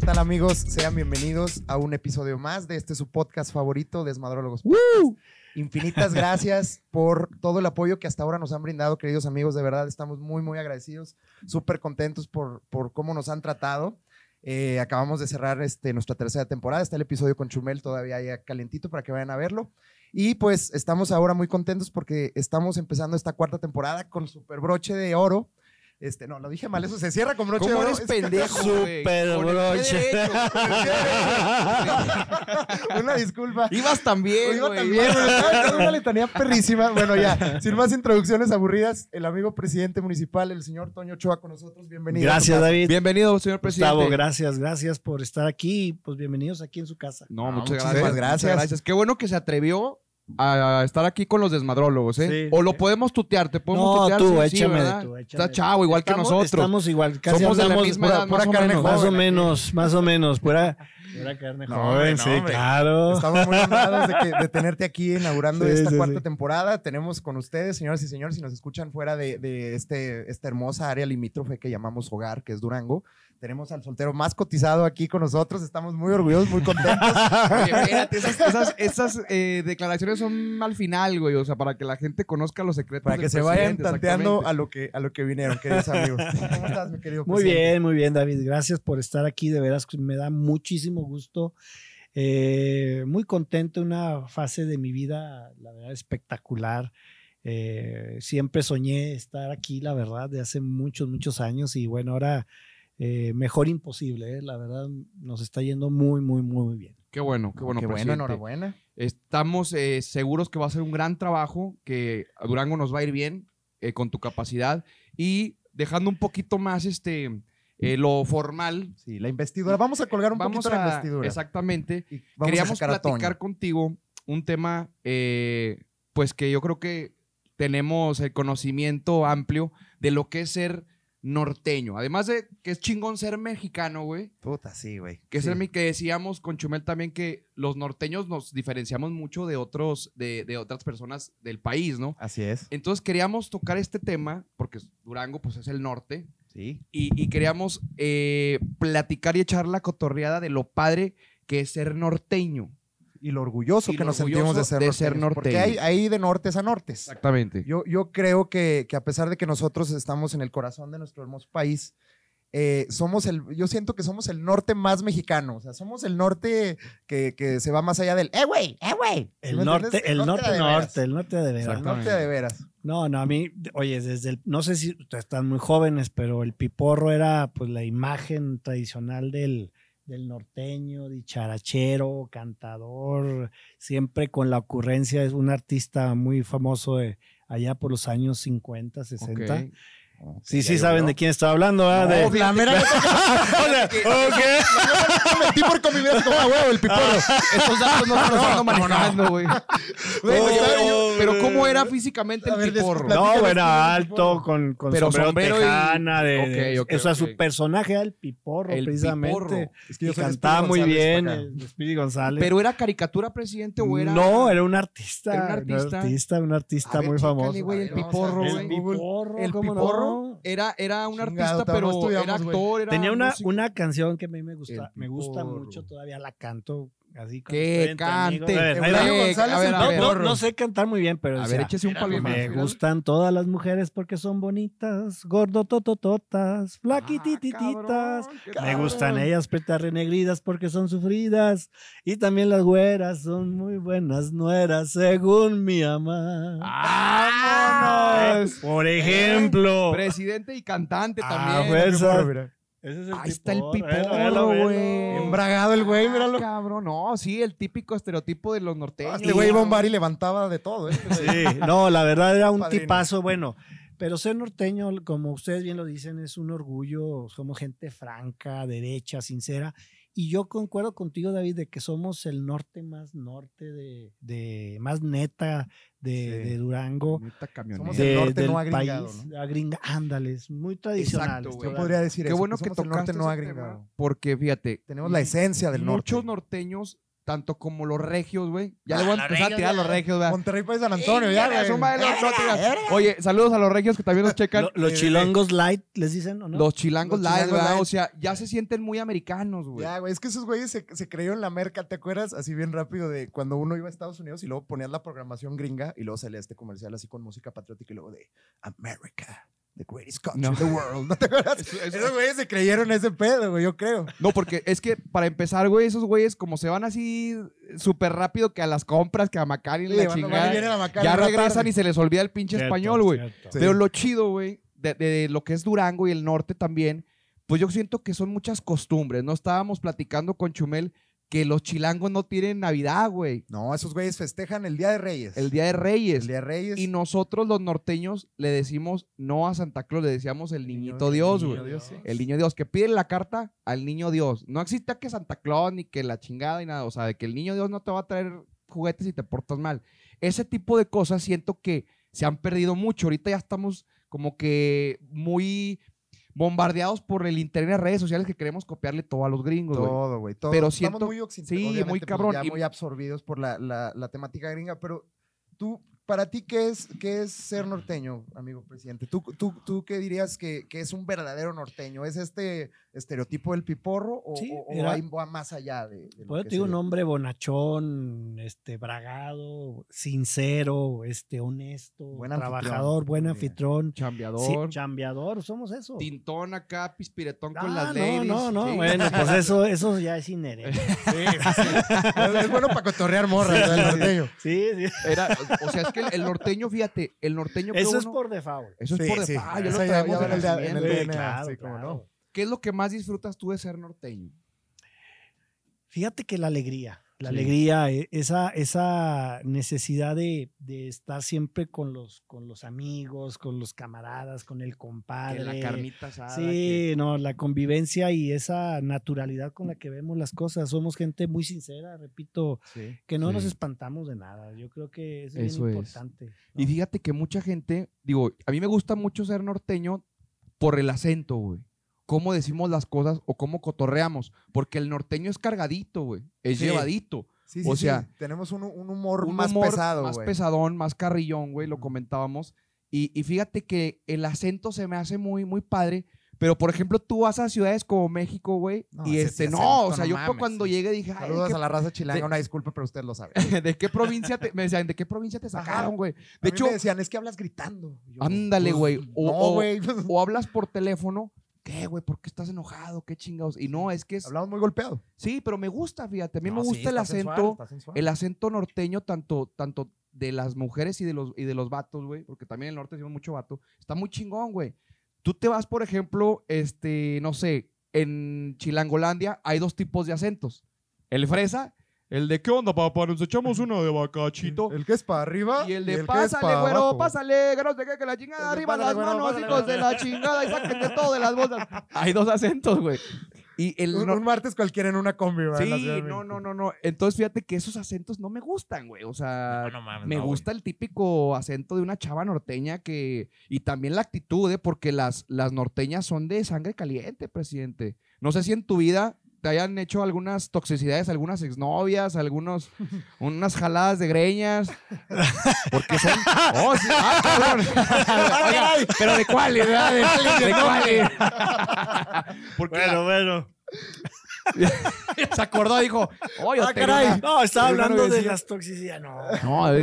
tal, amigos? Sean bienvenidos a un episodio más de su podcast favorito, Desmadrólogos. Infinitas gracias por todo el apoyo que hasta ahora nos han brindado, queridos amigos. De verdad, estamos muy, muy agradecidos, súper contentos por cómo nos han tratado. Acabamos de cerrar nuestra tercera temporada. Está el episodio con Chumel todavía ya calentito para que vayan a verlo. Y pues estamos ahora muy contentos porque estamos empezando esta cuarta temporada con super broche de oro. No, lo dije mal, eso se cierra con broche de oro. ¿Cómo eres pendejo, güey? Super broche. Una disculpa. Ibas también, Iba güey. también, güey. Una letanía perrísima. Bueno, ya, sin más introducciones aburridas, el amigo presidente municipal, el señor Toño Ochoa, con nosotros. Bienvenido. Gracias, David. Bienvenido, señor presidente. Gustavo, gracias por estar aquí. Pues bienvenidos aquí en su casa. No, muchísimas muchas gracias. Qué bueno que se atrevió a estar aquí con los desmadrólogos, ¿eh? Sí. O lo podemos tutear, te podemos tutear. Tú, sí, échame ¿verdad? tú, échame. Está chavo, igual que nosotros. Estamos igual, casi Somos de la andamos misma edad, pura más o carne menos. joven. más o menos, pura carne No, joven, no, sí, hombre. claro. Estamos muy honrados de tenerte aquí inaugurando Sí, esta sí, cuarta sí. temporada. Tenemos con ustedes, señoras y señores, si nos escuchan fuera de esta hermosa área limítrofe que llamamos hogar, que es Durango. Tenemos al soltero más cotizado aquí con nosotros. Estamos muy orgullosos, muy contentos. Oye, espérate, esas declaraciones son al final, güey. O sea, para que la gente conozca los secretos Para que del se vayan presidente, tanteando exactamente. a lo que vinieron, queridos amigos. ¿Cómo estás, mi querido Muy presidente? bien, David. Gracias por estar aquí. De veras, me da muchísimo gusto. Muy contento, una fase de mi vida, la verdad, espectacular. Siempre soñé estar aquí, la verdad, de hace muchos años. Y bueno, ahora mejor imposible, la verdad, nos está yendo muy bien. Qué bueno, Qué bueno, presidente. enhorabuena. Estamos seguros que va a ser un gran trabajo, que a Durango nos va a ir bien con tu capacidad y dejando un poquito más lo formal. Sí, la investidura. Vamos a colgar un poquito la investidura. Exactamente. Y vamos Queríamos a sacar a Toño. platicar contigo un tema, pues que yo creo que tenemos el conocimiento amplio de lo que es ser norteño. Además de que es chingón ser mexicano, güey. Puta, sí, güey. Que Sí. que decíamos con Chumel también que los norteños nos diferenciamos mucho de otras personas del país, ¿no? Así es. Entonces queríamos tocar este tema, porque Durango pues es el norte, Sí. y queríamos platicar y echar la cotorreada de lo padre que es ser norteño. Y lo orgulloso Y que lo nos sentimos de orgulloso ser norteños. Porque hay de nortes a nortes. Exactamente. Yo creo que a pesar de que nosotros estamos en el corazón de nuestro hermoso país, yo siento que somos el norte más mexicano. O sea, somos el norte que se va más allá del güey. El norte de veras. El norte de veras. No, a mí, oye, no sé si ustedes están muy jóvenes, pero el piporro era pues la imagen tradicional del norteño, dicharachero, cantador, siempre con la ocurrencia. Es un artista muy famoso allá por los años 50, 60. Ok. Sí, saben de quién estaba hablando, ¿verdad? No, la mera me metí por convivir así como huevo, el piporro. Estos datos no se los ando manejando, güey. Oh, Pero ¿cómo era físicamente A el ver, piporro? platícanos. No, bueno, quién es el alto, piporro. con Pero sombrero sombrero y- tejana. Ok, O sea, ok. su personaje era el piporro, El precisamente. piporro. Es que yo Y soy cantaba Speedy muy González bien, para acá. el Speedy González. ¿Pero era caricatura, presidente, o era...? No, era un artista. ¿Era un Un A artista ver, muy chécale, famoso. güey, el A ver, vamos piporro, a ver. güey. Piporro, El ¿cómo piporro no? era un Chingado, artista, todavía pero no estudiamos, era güey. actor, era Tenía músico. una canción que a mí me El gusta piporro. mucho, todavía la canto así con Que estoy entre amigos. cante. A ver, ahí Eulalio va. González, a ver, el a ver. piporro. No sé cantar muy bien, pero A o ver, sea, échese un palomazo. me gustan todas las mujeres porque son bonitas, gordototototas, flaquitititas. Me gustan ellas pretas renegridas porque son sufridas. Y también las güeras son muy buenas nueras, según mi mamá. ¡Vámonos! Por ejemplo. Presidente y cantante Ah, también. pues, Piporro, mira. Ese es el Ahí está el piporro, piporro, velo. güey. Embragado el güey, míralo. Cabrón, no, sí, el típico estereotipo de los norteños. Este güey iba a un bar y levantaba de todo. Sí, no, la verdad era un Padrino. tipazo, bueno, pero ser norteño, como ustedes bien lo dicen, es un orgullo, somos gente franca, derecha, sincera, y yo concuerdo contigo, David, de que somos el norte más norte más neta de Durango, Neta camioneta. Somos el norte del no agringado, país, ándale, es muy tradicional. Exacto, güey. Yo podría decir Qué eso. bueno que somos el tocaste norte no ese agringado. tema, porque fíjate, Tenemos la esencia del norte. muchos norteños tanto como los regios, güey. Ya le voy a empezar a tirar a los regios, güey. Monterrey para San Antonio, ya, güey. Oye, saludos a los regios que también nos checan. Los chilangos light, ¿les dicen o no? Los chilangos light, chilangos ¿verdad? light. O sea, ya se sienten muy americanos, güey. Ya, güey, es que esos güeyes se creyeron la merca, ¿te acuerdas? Así bien rápido de cuando uno iba a Estados Unidos y luego ponías la programación gringa y luego salía este comercial así con música patriótica y luego de America, the greatest country in the world. ¿No te acuerdas? Esos güeyes se creyeron ese pedo, güey, yo creo. No, porque es que para empezar, güey, esos güeyes como se van así súper rápido que a las compras, que a Macari Sí, la van y chingada, vienen a Macari ya una regresan tarde. y se les olvida el pinche Cierto, español, güey. cierto. Sí. Pero lo chido, güey, de lo que es Durango y el norte también, pues yo siento que son muchas costumbres. No estábamos platicando con Chumel que los chilangos no tienen Navidad, güey. No, esos güeyes festejan el Día de Reyes. El Día de Reyes. El Día de Reyes. Y nosotros los norteños le decimos no a Santa Claus, le decíamos el niñito Dios, güey. Sí. El niño Dios, que pide la carta al niño Dios. No existe que Santa Claus ni que la chingada y nada. O sea, de que el niño Dios no te va a traer juguetes si te portas mal. Ese tipo de cosas siento que se han perdido mucho. Ahorita ya estamos como que muy bombardeados por el internet, redes sociales, que queremos copiarle todo a los gringos, güey. Todo, güey. Todo. Pero Estamos siento- muy sí, obviamente, muy pues, cabrón. ya Y- muy absorbidos por la temática gringa, pero tú, para ti, ¿qué es ser norteño, amigo presidente? ¿Tú qué dirías que es un verdadero norteño? ¿Es este estereotipo del piporro o, Sí, o mira. va más allá de lo Pues yo que te digo un sería? hombre bonachón, bragado, sincero, honesto, Buen anfitrión. trabajador, buen Muy bien. anfitrión. Sí, Chambeador. chambeador, somos eso. Tintón acá, pispiretón con Ah, las no, ladies. no, Sí. bueno, pues eso ya es inherente. Es bueno para cotorrear morras, ¿no? El norteño. Sí, sí. O sea, es que el norteño, fíjate, el norteño que Eso es uno- por default. Eso es por Sí, default. Ya lo eso ya traemos va de en el nacimiento. DNA, Claro, sí, cómo claro. no. ¿Qué es lo que más disfrutas tú de ser norteño? Fíjate que la alegría, Sí. esa necesidad de estar siempre con los amigos, con los camaradas, con el compadre. Que la carnita asada. Sí, no, la convivencia y esa naturalidad con la que vemos las cosas. Somos gente muy sincera, repito, que no Sí. nos espantamos de nada. Yo creo que eso es Eso bien es. importante. ¿no? Y fíjate que mucha gente, digo, a mí me gusta mucho ser norteño por el acento, güey. Cómo decimos las cosas o cómo cotorreamos. Porque el norteño es cargadito, güey. Es Sí. llevadito. Sí, O sí, sea, sí. Tenemos un humor Un más humor pesado, más güey. pesadón, más carrillón, güey, lo Ujú. comentábamos. Y fíjate que el acento se me hace muy, muy padre. Pero, por ejemplo, tú vas a ciudades como México, güey, No, y ese no, acento, o sea, no yo mames, cuando sí. llegué dije, ay, Saludos a la raza chilanga, de- una disculpa, pero usted lo sabe. ¿de qué provincia te, me decían, ¿de qué provincia te sacaron, güey? A De mí hecho, me decían, es que hablas gritando. Y yo, ándale, pues, güey. No, güey. O hablas por teléfono, ¿qué, güey? ¿Por qué estás enojado? ¿Qué chingados? Y no, es que es, Hablamos muy golpeado. sí, pero me gusta, fíjate, a mí me No, sí, gusta el está acento. sensual, está sensual. El acento norteño, tanto de las mujeres y de los vatos, güey, porque también en el norte decimos mucho vato, está muy chingón, güey. Tú te vas, por ejemplo, no sé, en Chilangolandia hay dos tipos de acentos. El fresa, el de ¿qué onda, papá? Nos echamos uno de bacachito. El que es para arriba Y el de que es pásale, para güero, abajo. pásale, que no sé qué, que la chingada, El de arriba pásale, las güero, manos, pásale, hijos de güero. la chingada, y saquen de todo de las bolsas. Hay dos acentos, güey. Y el Un martes cualquiera en una combi, ¿verdad? En la Ciudad Sí, de no, México. no. Entonces, fíjate que esos acentos no me gustan, güey. O sea, No mames, me no, güey. gusta el típico acento de una chava norteña que... Y también la actitud, porque las norteñas son de sangre caliente, presidente. No sé si en tu vida te hayan hecho algunas toxicidades, algunas exnovias, unas jaladas de greñas. Porque son... ¡Oh, sí! ¡Ah, cabrón! Oiga, pero ¿de cuáles, verdad? ¿De cuáles? Porque Bueno. se acordó, dijo, oh, yo tengo Caray. una- No, estaba tengo una hablando de novecilla. las toxicidades. No, No, a ver.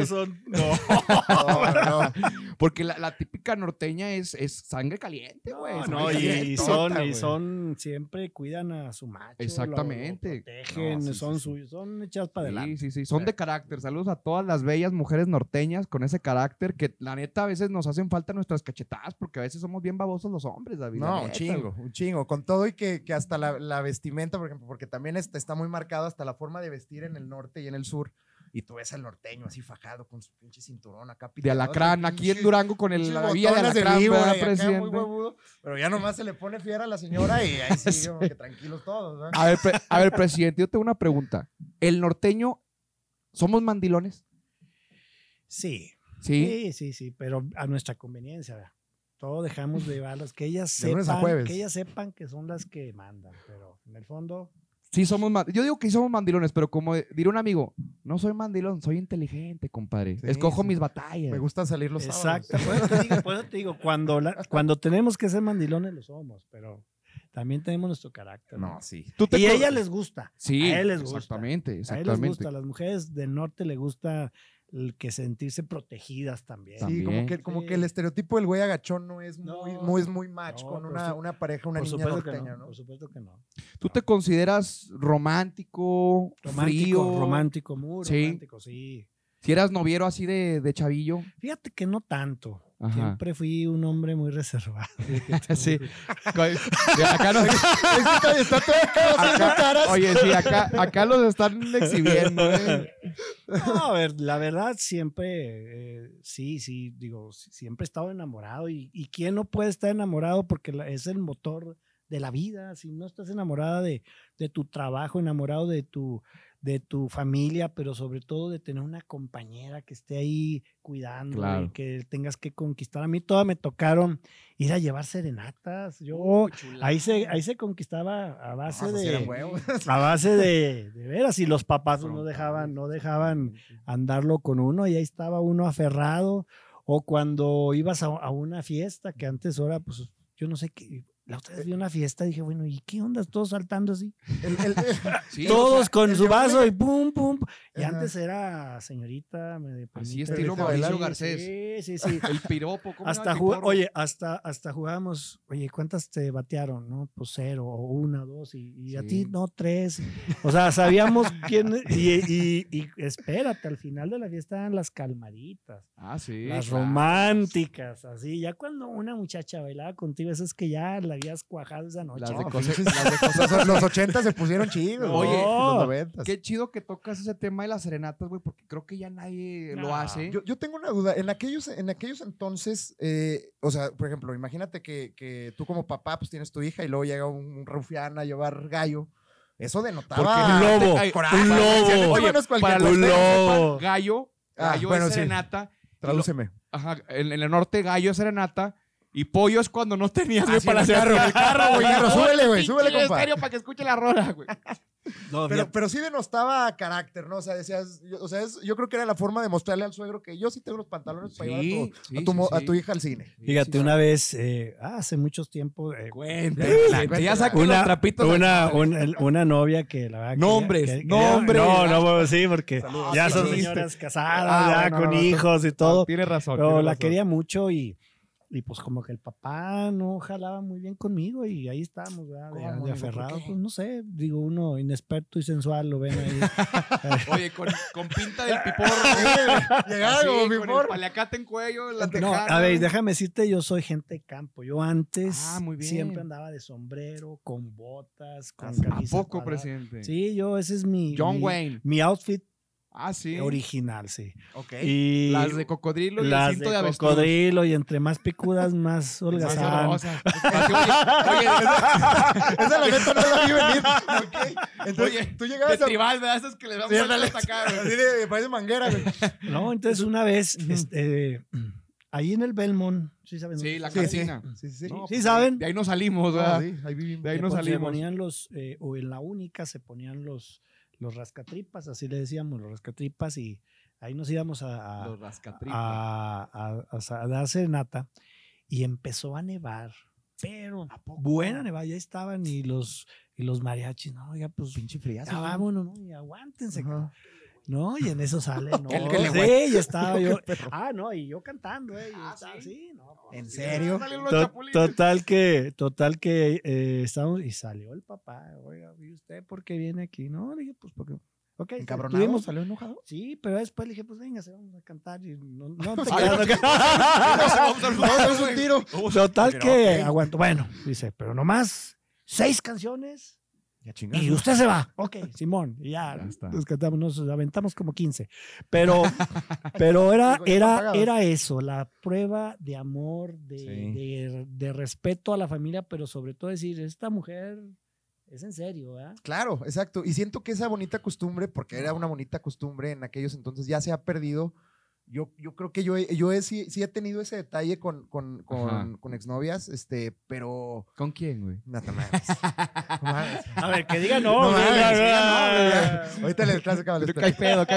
no. Porque la típica norteña es sangre caliente, güey. No, sangre no, caliente. y Directota, son siempre cuidan a su macho. Exactamente. Lo protegen, No, sí, son sí, suyos, son echados para adelante. Sí, son de carácter. Saludos a todas las bellas mujeres norteñas con ese carácter que la neta a veces nos hacen falta nuestras cachetadas porque a veces somos bien babosos los hombres, David. la No, un neta, chingo, güey. un chingo. Con todo y que hasta la vestimenta, por ejemplo, porque también está muy marcado hasta la forma de vestir en el norte y en el sur. Y tú ves al norteño así fajado con su pinche cinturón acá. De piteado, alacrán, así, aquí en pinches- Durango con pinches la vía de botones alacrán, víbora ¿verdad, y acá muy presidente? huevudo, pero ya nomás se le pone fiera a la señora y ahí sí, como que tranquilos todos, ¿verdad? A ver, presidente, yo tengo una pregunta. ¿El norteño somos mandilones? Sí, Sí. sí, pero a nuestra conveniencia. ¿verdad? Todo dejamos de llevarlas, que ellas De lunes a sepan, jueves. que ellas sepan que son las que mandan, pero en el fondo Sí, yo digo que sí somos mandilones, pero como diría un amigo, no soy mandilón, soy inteligente, compadre. Sí, Escojo sí. mis batallas. Me gusta salir los sábados. Exacto. Por eso te digo, cuando tenemos que ser mandilones lo somos, pero también tenemos nuestro carácter. No, sí. Y a ella les gusta. Sí, a él les gusta. exactamente. A él les gusta. A las mujeres del norte les gusta el que sentirse protegidas también. Sí, como que el estereotipo del güey agachón no es muy match No, con por una pareja, una por niña supuesto que norteña, ¿no? Por supuesto que no. ¿Tú te consideras romántico, frío? Romántico, muy Sí. romántico, sí. Si eras noviero así de chavillo. Fíjate que no tanto. Ajá. Siempre fui un hombre muy reservado. Sí. Acá no. Está todo haciendo caras. Oye, sí, acá los están exhibiendo. No, a ver, la verdad siempre, sí, digo, siempre he estado enamorado y ¿quién no puede estar enamorado? Porque es el motor de la vida. Si no estás enamorada de tu trabajo, enamorado de tu familia, pero sobre todo de tener una compañera que esté ahí cuidando y que tengas que conquistar. A mí todas me tocaron ir a llevar serenatas. Yo ahí se conquistaba a base de veras, y los papás no dejaban andarlo con uno y ahí estaba uno aferrado. O cuando ibas a una fiesta que antes ahora, pues yo no sé qué. La otra vez vi una fiesta y dije, bueno, ¿y qué onda? Todos saltando así. Sí, todos con su vaso y pum, pum. Y antes era señorita. Así estilo Mauricio Garcés. Sí. El piropo. Hasta jugábamos, oye, ¿cuántas te batearon? No, pues 0 o 1, 2 y a ti no 3. O sea, sabíamos quién. Y espérate, al final de la fiesta eran las calmaditas. Ah, sí. Las románticas, así. Ya cuando una muchacha bailaba contigo, eso es que ya la habías cuajado esa noche. Las de cosas. Los 80 se pusieron chidos. Oye, los 90. Qué chido que tocas ese tema de las serenatas, güey, porque creo que ya nadie lo hace. Yo tengo una duda. En aquellos entonces, o sea, por ejemplo, imagínate que tú como papá pues tienes tu hija y luego llega un rufián a llevar gallo. Eso denotaba un lobo. Oye, para los que no sepan, gallo bueno, es serenata. Tradúceme. Ajá, en el norte gallo es serenata. Y pollo es cuando no tenías güey, para hacer el carro, güey. Súbele, compa. Estéreo para que escuche la rola, güey. No, pero sí denostaba carácter, ¿no? O sea, decías, yo creo que era la forma de mostrarle al suegro que yo sí tengo los pantalones para llevar a tu hija al cine. Fíjate, una vez, hace muchos tiempos. Cuéntale. Ya saqué los trapitos. Una novia que la verdad. Nombres. No, sí, porque ya son señoras casadas, con hijos y todo. Tienes razón. Pero la quería mucho y pues como que el papá no jalaba muy bien conmigo y ahí estábamos, ¿verdad? De aferrados. Pues no sé, digo, uno inexperto y sensual lo ven ahí. Oye, con pinta del piporro. Llegado, con el paliacate en cuello, la tejana. No, a ver, déjame decirte, yo soy gente de campo. Yo antes siempre andaba de sombrero, con botas, con camisa. ¿A poco, presidente? Sí, ese es Wayne. Mi outfit. Ah, sí. Original, sí. Ok. Y las de cocodrilo y las el cinto de avestruz. cocodrilo y entre más picudas, más holgazán. Oye, esa la neta no la vi venir. Okay. Entonces, tú llegabas de tribal, ¿verdad? Esas que les vamos a atacar. Así de parece manguera, güey. No, entonces una vez, ahí en el Belmont, ¿sí saben? Sí, la cantina. Sí. No, ¿sí saben? De ahí no salimos, ¿verdad? Sí, ahí vivimos. De ahí no salimos. Se ponían o en la única se ponían los rascatripas, así le decíamos, los rascatripas, y ahí nos íbamos a dar serenata y empezó a nevar, pero buena nevada, ya estaban y los mariachis, no, ya pues pinche frías, ya vámonos, ¿no? Y aguántense, no, y en eso sale, no, sí, ya estaba yo, no, y yo cantando, ¿sí? No, ¿en serio? Total que estábamos y salió el papá, oiga, ¿y usted por qué viene aquí? No, le dije, pues porque... Okay, ¿Encabronado? ¿Salió enojado? Sí, pero después le dije, pues venga, vamos a cantar y no te quedas un tiro. Total que aguanto. Bueno, dice, pero nomás 6 canciones y usted se va. Ok, Simón, y ya nos cantamos, nos aventamos como 15. Pero era eso, la prueba de amor, de respeto a la familia, pero sobre todo decir, esta mujer... Es en serio, ¿verdad? Claro, exacto. Y siento que esa bonita costumbre, porque era una bonita costumbre en aquellos entonces, ya se ha perdido Yo creo que sí he tenido ese detalle con exnovias, pero... ¿Con quién, güey? No te mames. No mames. A ver, que diga no. No güey. mames, diga no, güey, ya. Ahorita le clásica. Cae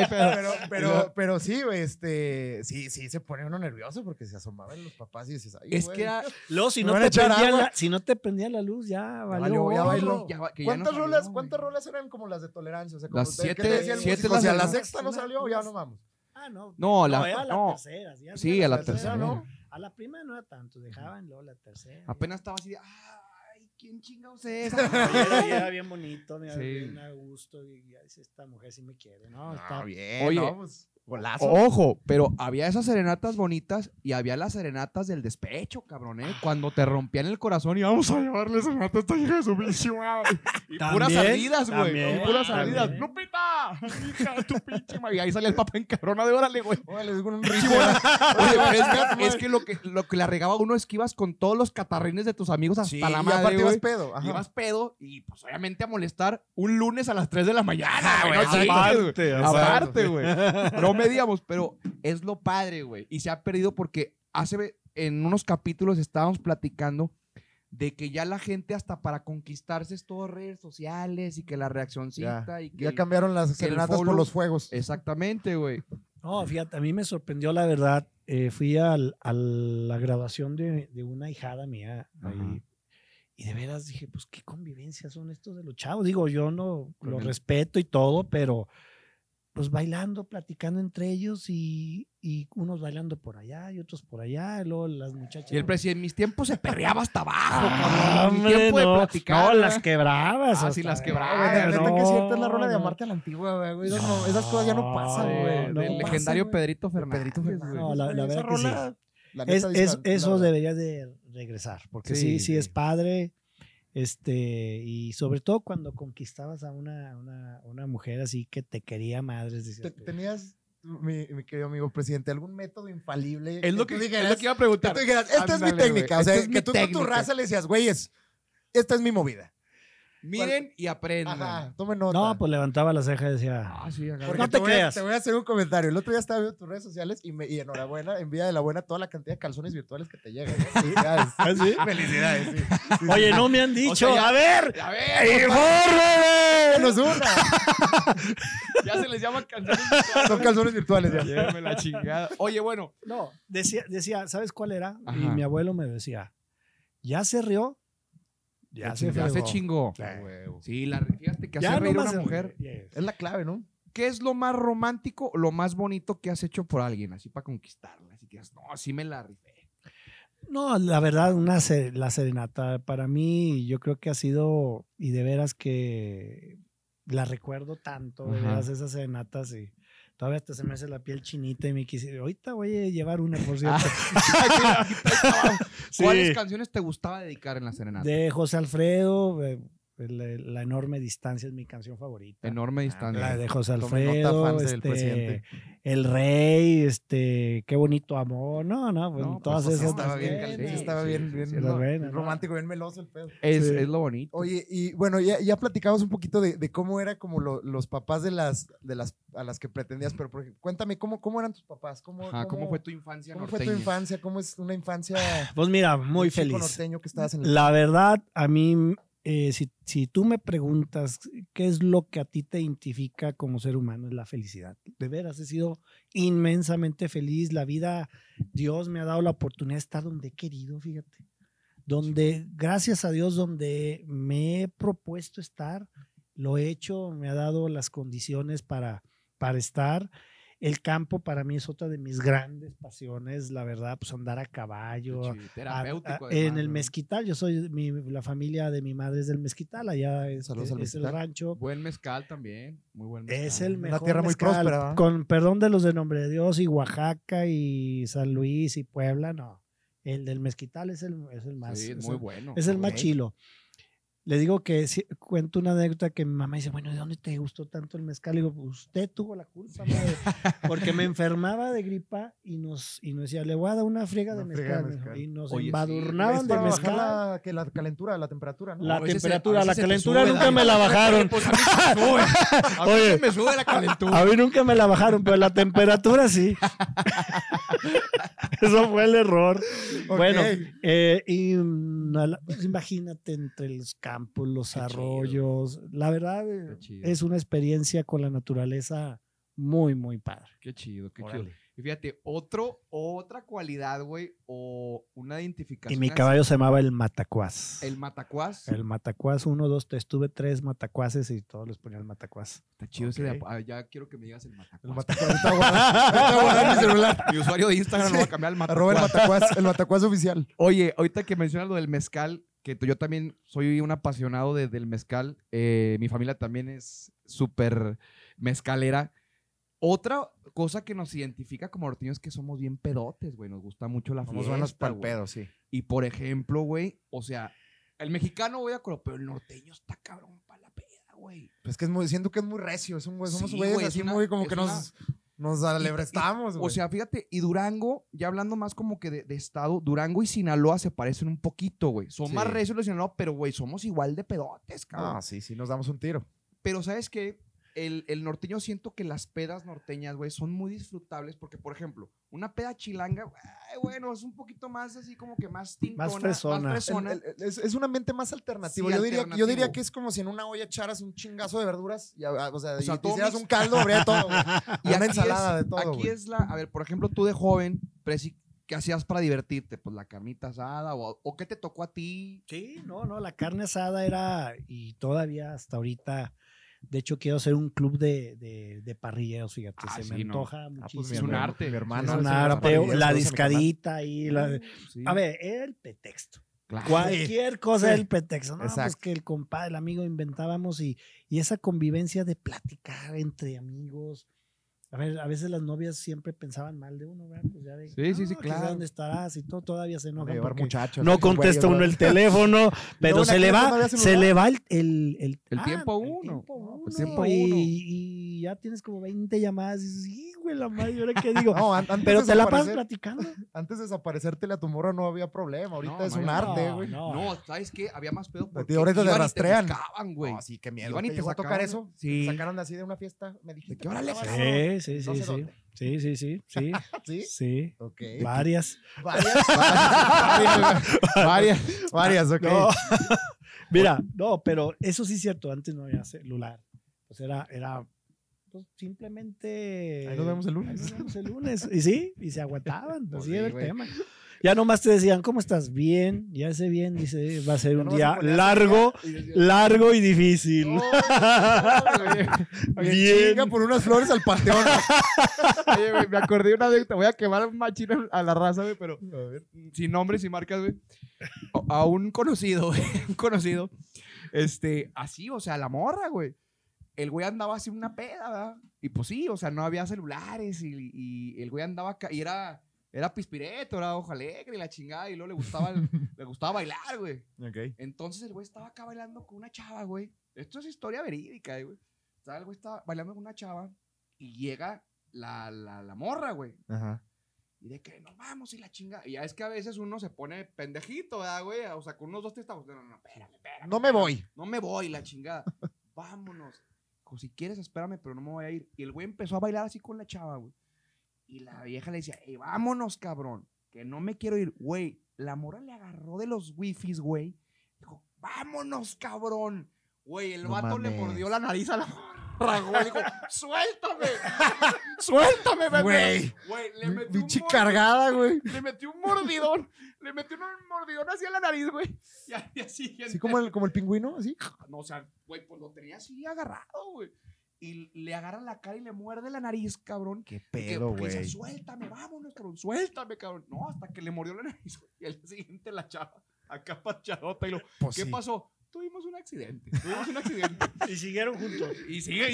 pedo. Pero sí, güey, sí se pone uno nervioso porque se asomaban los papás y dices, ay, Es güey. que era... Luego, si Me no, van a echar agua. si no te prendía la luz, ya valió. Ya bailó. que ya ¿Cuántas no rolas, salió, cuántas güey? rolas eran como las de tolerancia? O sea, como Las ¿qué siete- te decía el siete músico? las Si a de- la sexta no salió, ya no vamos. Ah, no. No, era la no. tercera. Ya Sí, a la tercera, tercera. ¿no? A la primera no era tanto, dejaban luego la tercera. Apenas estaba así de, ay, ¿quién chingados es? Era bien bonito, mira, Sí. bien a gusto. Y ya dice, esta mujer sí me quiere, ¿no? Está bien. Oye, no, pues, golazo. Ojo, pero había esas serenatas bonitas y había las serenatas del despecho, cabrón, ¿eh? Cuando te rompían el corazón y vamos a llevarle serenata a esta hija de su pinche madre. Y puras También, salidas, güey. también, Y puras también. salidas. ¡Lupita! Hija de tu pinche madre. Y ahí salía el papá encabrona de órale, güey. Oye, le digo un Sí, ritmo. bueno. Oye, pero es que lo que le regaba a uno es que ibas con todos los catarrines de tus amigos hasta Sí, la y madre, aparte ibas güey. pedo. Ajá. Ibas pedo y pues obviamente a molestar un lunes a las 3 de la mañana, güey. güey, No chingues, aparte, güey. aparte. Aparte, güey. No medíamos, pero es lo padre, güey. Y se ha perdido porque en unos capítulos estábamos platicando de que ya la gente hasta para conquistarse es todo redes sociales y que la reaccioncita Ya, y que ya cambiaron las que el serenatas por follow- los fuegos. Exactamente, güey. No, fíjate, a mí me sorprendió la verdad. Fui a la graduación de una ahijada mía ahí, y de veras dije, pues qué convivencia son estos de los chavos. Digo, yo no Con lo el- respeto y todo, pero pues bailando, platicando entre ellos y unos bailando por allá y otros por allá, y luego las muchachas. Y el presidente, en mis tiempos se perreaba hasta abajo, Ah, cabrón. En mi hombre, tiempo de no, platicar. no, las quebradas. Ah, sí, hasta- las quebradas. Güey, Ah, neta no, que cierto es la rola de no. Amarte a la Antigua, güey. Esas cosas ya no pasan, No, güey. Del no pasan, legendario güey. Pedrito Fernández. Pedrito Fernández. No, la güey, verdad esa que sí. rola, la neta, Eso la- debería de regresar, porque Sí, sí es sí. padre, y sobre todo cuando conquistabas a una mujer así que te quería madres, decías tú. ¿Tenías, mi querido amigo presidente, algún método infalible? Es lo tú que dijeras, iba a preguntar. que tú dijeras, esta es mi Ándale, técnica. güey, O sea, esta es que mi tú con tu técnica. raza le decías, güeyes, esta es mi movida. Miren y aprendan. Ajá, tomen nota. No, pues levantaba la ceja y decía, Ah, sí, agarra. Porque no te creas. Te voy a hacer un comentario. El otro día estaba viendo tus redes sociales y enhorabuena, envía de la buena toda la cantidad de calzones virtuales que te llegan. ¿eh? Sí, ya, ¿Ah, sí? Felicidades. Sí. Oye, no me han dicho, O sea, ya- a ver, A ver, ¡Nos una! ya se les llaman canciones. Son calzones virtuales ya. Llévame la chingada. Oye, bueno. no, decía, ¿sabes cuál era? Ajá. Y mi abuelo me decía, ya se rió, ya se Ya se fregó. chingó. Claro. Sí, fíjate que Ya hacer reír a nomás una se mujer. ríe. Yes. Es la clave, ¿no? ¿Qué es lo más romántico, lo más bonito que has hecho por alguien? Así para conquistarla. Así que, no, así me la rifé. No, la verdad, la serenata para mí yo creo que ha sido, y de veras que la recuerdo tanto, de Ajá. veras esas serenatas, y todavía hasta se me hace la piel chinita y me quise, ahorita voy a llevar una, por cierto. Sí. ¿Cuáles canciones te gustaba dedicar en la serenata? De José Alfredo, la enorme distancia es mi canción favorita. Enorme distancia. La de José Tome Alfredo, nota, fans del presidente. El Rey, qué bonito amor, no, pues No, todas pues, esas. Estaba bien, buenas. caliente, estaba bien, sí, las buenas, ¿no? romántico, bien meloso el pedo. Es, Sí. es lo bonito. Oye, y bueno, ya platicamos un poquito de cómo era como los papás de las a las que pretendías, pero por ejemplo, cuéntame, ¿cómo eran tus papás? Ajá, ¿cómo fue tu infancia ¿Cómo norteña? fue tu infancia? ¿Cómo es una infancia Pues mira, muy de chico feliz. norteño que estabas en el... La verdad, a mí, si tú me preguntas qué es lo que a ti te identifica como ser humano, es la felicidad. De veras, he sido inmensamente feliz. La vida, Dios me ha dado la oportunidad de estar donde he querido, fíjate. Donde, gracias a Dios, donde me he propuesto estar, lo he hecho, me ha dado las condiciones para estar. El campo para mí es otra de mis grandes pasiones, la verdad, pues andar a caballo, Sí, terapéutico. en además, el ¿no? Mezquital. Yo soy, la familia de mi madre es del Mezquital, allá Saludos al es el Mezquital. rancho. Buen mezcal también. Muy buen mezcal. Es el Una mejor tierra muy mezcal, próspera, ¿verdad? con perdón de los de Nombre de Dios y Oaxaca y San Luis y Puebla, no. El del Mezquital es el más, Sí, es es muy el- bueno. es el más Ok. chilo. Le digo que cuento una anécdota que mi mamá dice, bueno, ¿de dónde te gustó tanto el mezcal? Le digo, pues usted tuvo la culpa, madre. Porque me enfermaba de gripa y nos decía, le voy a dar una friega de mezcal. Y nos embadurnaban de mezcal. La calentura, la temperatura, ¿no? La temperatura, la calentura nunca me la bajaron. Pues a mí se me sube. A mí se me sube la calentura. A mí nunca me la bajaron, pero la temperatura sí. Eso fue el error. Okay. Bueno, pues imagínate entre los campos, los arroyos. Chido. La verdad es una experiencia con la naturaleza muy, muy padre. Qué chido, qué chido. Y fíjate, otra cualidad, güey, o una identificación. Y mi caballo se llamaba el Matacuás. ¿El Matacuás? El Matacuás, 1, 2, 3. Tuve 3 Matacuases y todos les ponía el Matacuás. Está chido ese de... ya quiero que me digas el Matacuás. El Matacuás. Está guardado mi celular. Mi usuario de Instagram lo va a cambiar al Matacuás. El Matacuás oficial. Oye, ahorita que mencionas lo del mezcal, que yo también soy un apasionado del mezcal. Mi familia también es súper mezcalera. Otra cosa que nos identifica como norteños es que somos bien pedotes, güey. Nos gusta mucho la fiesta. Somos buenos para el pedo, sí. Y por ejemplo, güey, o sea, el mexicano, voy de acuerdo, pero el norteño está cabrón para la peda, güey. Pues que siento que es muy recio. Somos güeyes así muy como que nos alebrestamos, güey. O sea, fíjate, y Durango, ya hablando más como que de estado, Durango y Sinaloa se parecen un poquito, güey. Son más recios los Sinaloa, pero, güey, somos igual de pedotes, cabrón. Ah, sí, nos damos un tiro. Pero, ¿sabes qué? El norteño, siento que las pedas norteñas, güey, son muy disfrutables porque, por ejemplo, una peda chilanga, bueno, es un poquito más así como que más tintona, más fresona. Es un ambiente más alternativo. Sí, yo diría que es como si en una olla echaras un chingazo de verduras y te hicieras un caldo, habría todo, güey. Y una ensalada de todo, aquí es a ver, por ejemplo, tú de joven, ¿qué hacías para divertirte? Pues la carnita asada o ¿qué te tocó a ti? Sí, no, la carne asada era, y todavía hasta ahorita... De hecho, quiero hacer un club de parrilleros, fíjate. Se me antoja muchísimo. Pues es un arte. Mi hermano. Es un arte. La discadita y sí. A ver, era el pretexto. Claro. Cualquier cosa era el pretexto. No, pues que el compadre, el amigo inventábamos y esa convivencia de platicar entre amigos. A ver, a veces las novias siempre pensaban mal de uno, ¿verdad? Pues ya de, sí, claro. ¿Dónde estarás? Y todavía se enojan porque muchachos, no contesta uno el teléfono, pero se le va el tiempo a uno. Y ya tienes como 20 llamadas y dices, sí, güey, la madre, ¿yo ahora qué digo? No, pero te la pasas platicando. Antes de desaparecértela a tu morra no había problema, ahorita es un arte, güey. No, ¿sabes qué? Había más pedo porque ahorita te rastrean. Güey. No, sí, qué miedo. Iban y te a tocar eso? Sí. ¿Te sacaron así de una fiesta? Me dijiste que ahora le Sí. Sí. Ok. Varias, ok. No. Mira, pero eso sí es cierto, antes no había celular. Pues era pues simplemente... Ahí nos vemos el lunes. Y se aguantaban, así era el tema. Ya nomás te decían, ¿cómo estás? Bien, ya sé bien, dice, va a ser un día largo y difícil. Bien. Chinga por unas flores al panteón. Oye, güey, me acordé de una anécdota, voy a quemar un machino a la raza, güey, pero sin nombres y marcas, güey. A un conocido, así, o sea, la morra, güey. El güey andaba así una peda, ¿verdad? Y pues sí, o sea, no había celulares y el güey andaba acá y era pispireto, era ojo alegre y la chingada, y luego le gustaba bailar, güey. Okay. Entonces el güey estaba acá bailando con una chava, güey. Esto es historia verídica, güey. El güey estaba bailando con una chava y llega la morra, güey. Ajá. Y de que nos vamos y la chingada. Y ya es que a veces uno se pone pendejito, ¿verdad, güey? O sea, con unos 2, 3 estamos. No, espérame. No me voy. No me voy, la chingada. Vámonos. Si quieres, espérame, pero no me voy a ir. Y el güey empezó a bailar así con la chava, güey. Y la vieja le decía, vámonos, cabrón, que no me quiero ir. Güey, la morra le agarró de los wifis, güey. Dijo, vámonos, cabrón. Güey, el vato le mordió la nariz a la morra, güey. Dijo, suéltame. Suéltame, güey. Güey, le metió bichi cargada, güey. Le metió un mordidón. Le metió un mordidón hacia la nariz, güey. Y al día siguiente. ¿Así como el pingüino? ¿Así? No, o sea, güey, pues lo tenía así agarrado, güey. Y le agarra la cara y le muerde la nariz, cabrón. Qué pedo, güey. Dice, suéltame, vámonos, cabrón, suéltame, cabrón. No, hasta que le mordió la nariz, güey. Y al día siguiente la chava, acá pachadota, y lo, pues ¿qué pasó? tuvimos un accidente. Y siguieron juntos. Y sigue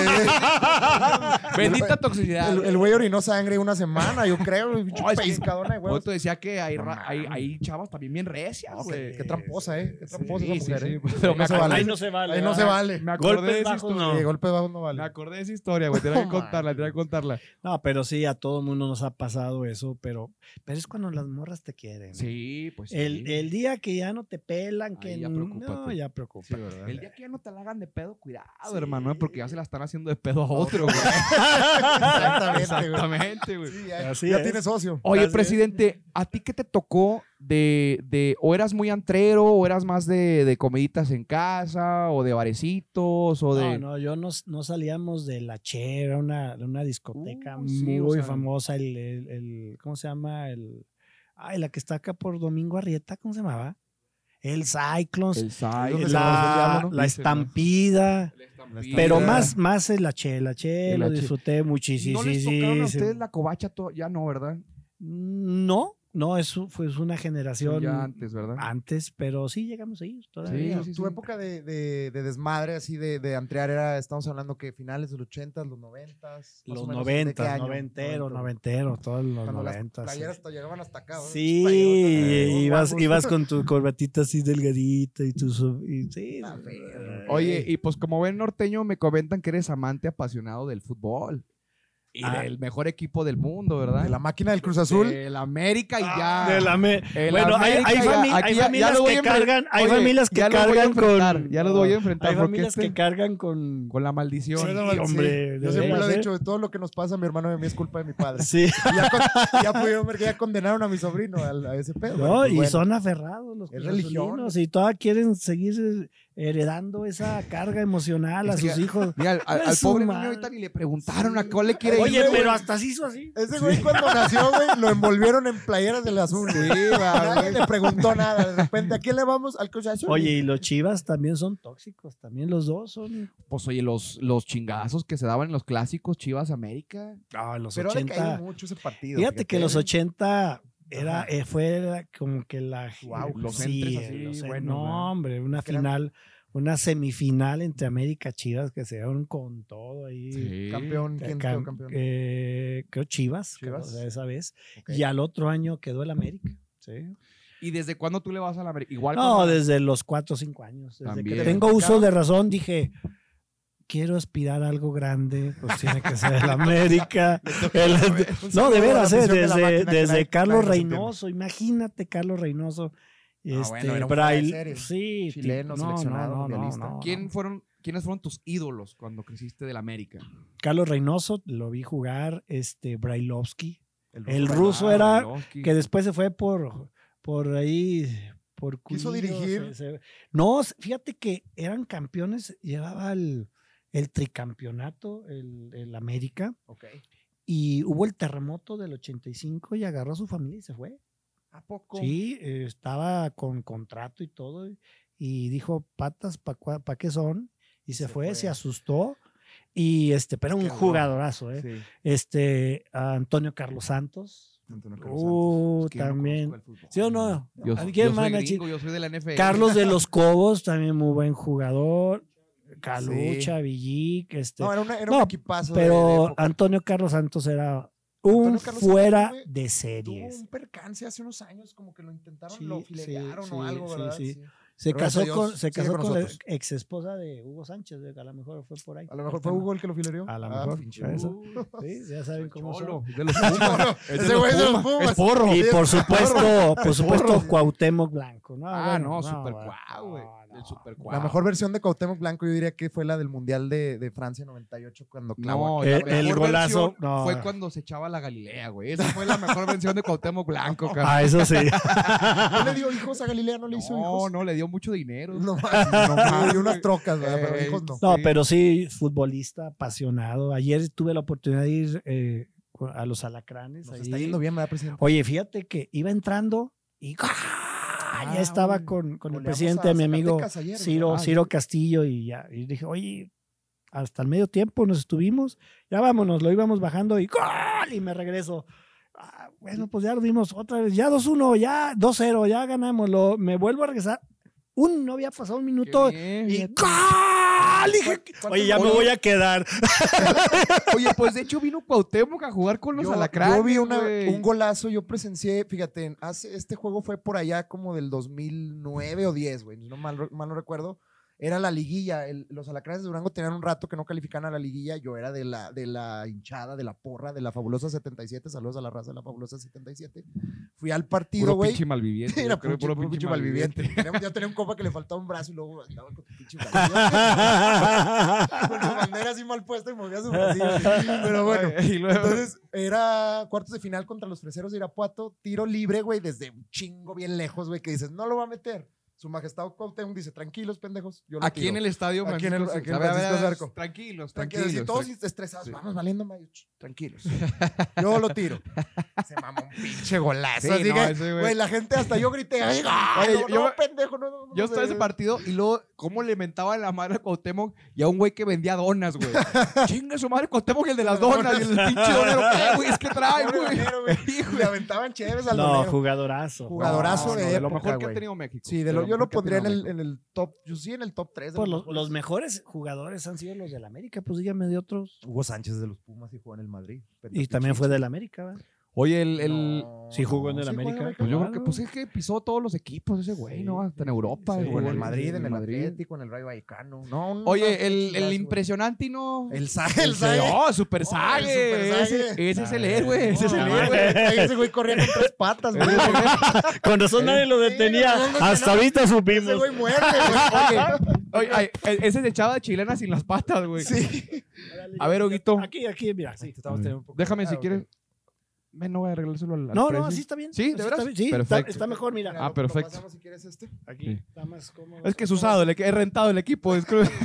Bendita toxicidad. El güey orinó sangre una semana, yo creo. No, es que Pescadona de huevos. Otto decía que hay, No hay chavas también bien recias, No, güey. qué tramposa, Qué tramposa Sí, esa mujer, sí, ¿eh? sí. Pero Ahí no se vale. Ahí no se vale. Ahí no ¿verdad? se vale. Me acordé Golpes de esa bajos, historia. no. Golpes bajos no vale. Me acordé de esa historia, güey. Tenía que contarla, No, pero sí, a todo mundo nos ha pasado eso, pero es cuando las morras te quieren. Sí, pues sí. El día que ya no te pelan, que Ahí ya no, preocúpate. ya preocupa. Sí, ¿verdad? El día que ya no te la hagan de pedo, cuidado, Sí. hermano, porque ya se la están haciendo de pedo a otro, güey. Exactamente, güey. güey. Sí, ya Así ya es. tienes socio. Oye, Así es. presidente, ¿a ti qué te tocó o eras muy antrero, o eras más de comiditas en casa, o de barecitos, o de... No, yo no salíamos de La Che, era una discoteca Sí, muy o sea, famosa, ¿cómo se llama? La que está acá por Domingo Arrieta, ¿cómo se llamaba? El Cyclones, El Sai, ¿Dónde se conoció el diablo, no? la Estampida, Estampida. pero Sí. más el La Che El lo La Che. disfruté muchísimo. ¿No les tocaron a ustedes la covacha? Ya no, ¿verdad? No, eso fue una generación Ya antes, ¿verdad? antes, pero sí llegamos ahí todavía. Sí, Tu época de desmadre, así de antrear, estamos hablando que finales de los 80s, los 90s. más Los o menos, ¿de qué 90, año? noventero, todos los Cuando las 90. playeras te llegaban hasta acá. ¿no? Sí, Playerotas, ibas con tu corbatita así delgadita y sí. Ah, feo. Oye, y pues como ven norteño, me comentan que eres amante apasionado del fútbol. Y del mejor equipo del mundo, ¿verdad? De la máquina del Cruz Azul. El América y ya. Bueno, hay familias que cargan, hay familias que cargan con. Ya los voy a enfrentar. Hay porque familias que cargan con. con la maldición. Sí, Sí, hombre, yo siempre lo he ¿verdad? dicho, de todo lo que nos pasa a mi hermano y a mí es culpa de mi padre. Sí. Ya pudieron ver que ya condenaron a mi sobrino a ese pedo. No, Pues y bueno. son aferrados los Es cruzazolinos religión. y todavía quieren seguir heredando esa carga emocional a Es sus que- hijos. Mira, al Es su pobre madre. niño ahorita ni le preguntaron a cuál le quiere Oye, ir. pero güey. hasta se hizo así. Ese güey cuando nació, güey, lo envolvieron en playeras del azul. Sí, güey. va, Nadie güey. le preguntó nada. De repente, ¿a quién le vamos? Al Cruz Azul. Oye, y los Chivas también son tóxicos, también los dos son. Pues oye, los chingazos que se daban en los clásicos Chivas América. Ah, los Pero ha 80. decaído mucho ese partido. Fíjate que los 80 Ajá. fue como que la. Wow, los sí, entres así, bueno, buenos, ¿verdad? no, hombre, una Que eran- final, una semifinal entre América y Chivas que se dieron con todo ahí. Sí. Campeón, ¿quién quedó campeón? Creo Chivas, Chivas. o sea, esa vez. Ok. Y al otro año quedó el América. Sí. ¿Y desde cuándo tú le vas a la América? Igual No, cuando- desde los 4 o 5 años. Desde También. que tengo uso de razón, dije, quiero aspirar a algo grande, pues tiene que ser el América. No, de veras, la afición de la máquina que desde nadie Carlos se entiende. Reynoso, imagínate Carlos Reynoso. bueno, era un fuera de Braille, serie. sí, Chileno, seleccionado, mundialista. ¿Quiénes fueron tus ídolos cuando creciste del América? Carlos Reynoso, lo vi jugar, Brailovsky. El ruso. ruso era Velozki. que después se fue por ahí, por Quiso Curillo, dirigir. No, fíjate que eran campeones, llevaba el tricampeonato, el América, Ok. y hubo el terremoto del 85 y agarró a su familia y se fue. ¿A poco? Sí, estaba con contrato y todo, y dijo, patas, ¿pa' qué son? Y se fue, se asustó, y pero un Quedó. jugadorazo, Sí. Antonio Carlos Santos. Antonio Carlos Santos. Es que yo no También. conozco el fútbol. ¿Sí o no? Yo ¿Quién soy manda, gringo, chico? yo soy de la NFL. Carlos de los Cobos, también muy buen jugador. Calucha, Sí. Villic, No, era un No, equipazo. de pero época. Antonio Carlos Santos era un Antonio Carlos fuera Santos de Tuvo series. un percance hace unos años, como que lo intentaron, Sí, lo filearon sí, o algo, sí, ¿verdad? sí. Sí. Se Pero casó gracias a con, Dios, se sigue casó con con la nosotros. ex esposa de Hugo Sánchez, a lo mejor fue por ahí. A lo mejor fue Hugo el que lo filereó. A lo Ah, mejor. pinche por eso. Hugo. Sí, ya saben cómo son. Cholo, es de los Pumas. Es de Ese los güey es de los Pumas. Pumas. Es porro. Y Sí, por es supuesto, porro. Cuauhtémoc Blanco. No, Ah, bueno, no, super bueno, guau, güey. no, El super La guau. mejor versión de Cuauhtémoc Blanco yo diría que fue la del Mundial de Francia 98 cuando clavó. No, El- la el mejor golazo, versión no. fue cuando se echaba la Galilea, güey. Esa fue la mejor versión de Cuauhtémoc Blanco, cabrón. Ah, eso sí. ¿No le dio hijos a Galilea? ¿No le hizo No, hijos? no, le dio mucho dinero. No, no, y unas trocas, ¿verdad? Pero Ey. hijos no. No, Sí. pero sí, futbolista, apasionado. Ayer tuve la oportunidad de ir a los Alacranes. Nos ahí. está yendo bien, ¿verdad, presidente? Oye, fíjate que iba entrando y ya estaba güey. con el Goleamos presidente, a mi amigo Zacatecas ayer, Ciro, ¿verdad? Ciro Castillo, y ya. Y dije, oye, hasta el medio tiempo nos estuvimos, ya vámonos, lo íbamos bajando y ¡gol! Y me regreso. Bueno, pues ya lo dimos otra vez, ya 2-1, ya 2-0, ya ganamos, me vuelvo a regresar. No había pasado un minuto Qué bien, y fíjate. ¡gol! Dije, oye, ya me voy a quedar. Oye, pues de hecho vino Cuauhtémoc a jugar con los Alacranes. Yo vi güey. un golazo, yo presencié, fíjate, este juego fue por allá como del 2009 o 10, güey, no mal no recuerdo. Era la liguilla, los Alacranes de Durango tenían un rato que no calificaban a la liguilla, yo era de la hinchada, de la porra, de la Fabulosa 77, saludos a la raza de la Fabulosa 77. Fui al partido, Puro güey. pinche malviviente. Era yo creo, puro puro pinche malviviente. Ya tenía un compa que le faltaba un brazo y luego andaba con tu pinche malviviente. Con su bandera así mal puesta y movía su brazo. Pero bueno, Y luego- entonces era cuartos de final contra los Freseros de Irapuato, tiro libre, güey, desde un chingo bien lejos, güey, que dices, no lo va a meter. Su majestad Cuauhtémoc dice, tranquilos, pendejos, yo lo Aquí tiro. en el estadio Aquí en el- Francisco aquí en a ver, a ver, Francisco a ver, Zarco. Tranquilos, Tranquilos, tranquilos. y todos estresados, Sí. vamos valiendo mayo, tranquilos. Yo lo tiro. Se mama un pinche golazo. Sí, así no, que, ese güey. güey, la gente hasta yo grité, ¡ay, Oye, no, yo- pendejo! No, Yo estaba en ese partido y luego, ¿cómo le mentaba la madre a Cuauhtémoc y a un güey que vendía donas, güey? Chinga su madre Cuauhtémoc y el de las donas y el pinche donero. ¿Qué, güey? Es que trae, Pobre güey. donero, güey. Le aventaban chéves al No, donero. jugadorazo. Jugadorazo No, de de lo época, mejor que ha güey. tenido México. Sí, De lo yo mejor lo que ha pondría tenido en el top, yo sí, en el top 3. Pues los mejores jugadores han sido los del América, pues dígame de otros. Hugo Sánchez de los Pumas y jugó en el Madrid. Y también fue del América, ¿verdad? Oye, el Sí jugó en el sí América. pues yo creo Claro. que pues es que pisó todos los equipos ese güey, ¿no? Hasta en Europa. Sí, jugó en el en Madrid, en el Madrid. Atlético, en el Rayo Vallecano. No, Oye, el chingazo, güey. impresionante, ¿no? El Sague, el Sague. No, Super Oh, Sague. el Super Sague. Ese es el héroe. Ese es el No, héroe. güey, ese güey corría con 3 patas, güey. Con razón nadie lo detenía. no, no, Hasta no. ahorita Ese supimos. güey muerde, güey. Oye, ay, ese se echaba de chilena sin las patas, güey. Sí. A ver, Huguito. Aquí, mira. Sí. Estamos teniendo un poco- Déjame si ok. quieres. Ven, no voy a arreglárselo al No, precio. así está bien. ¿Sí? ¿De Así veras? está bien. Sí, Perfecto. está mejor, mira. Mira, Ah, lo perfecto. pasamos si quieres este. Aquí Sí. está más cómodo. Es que es usado, he rentado el equipo. Es que- Vamos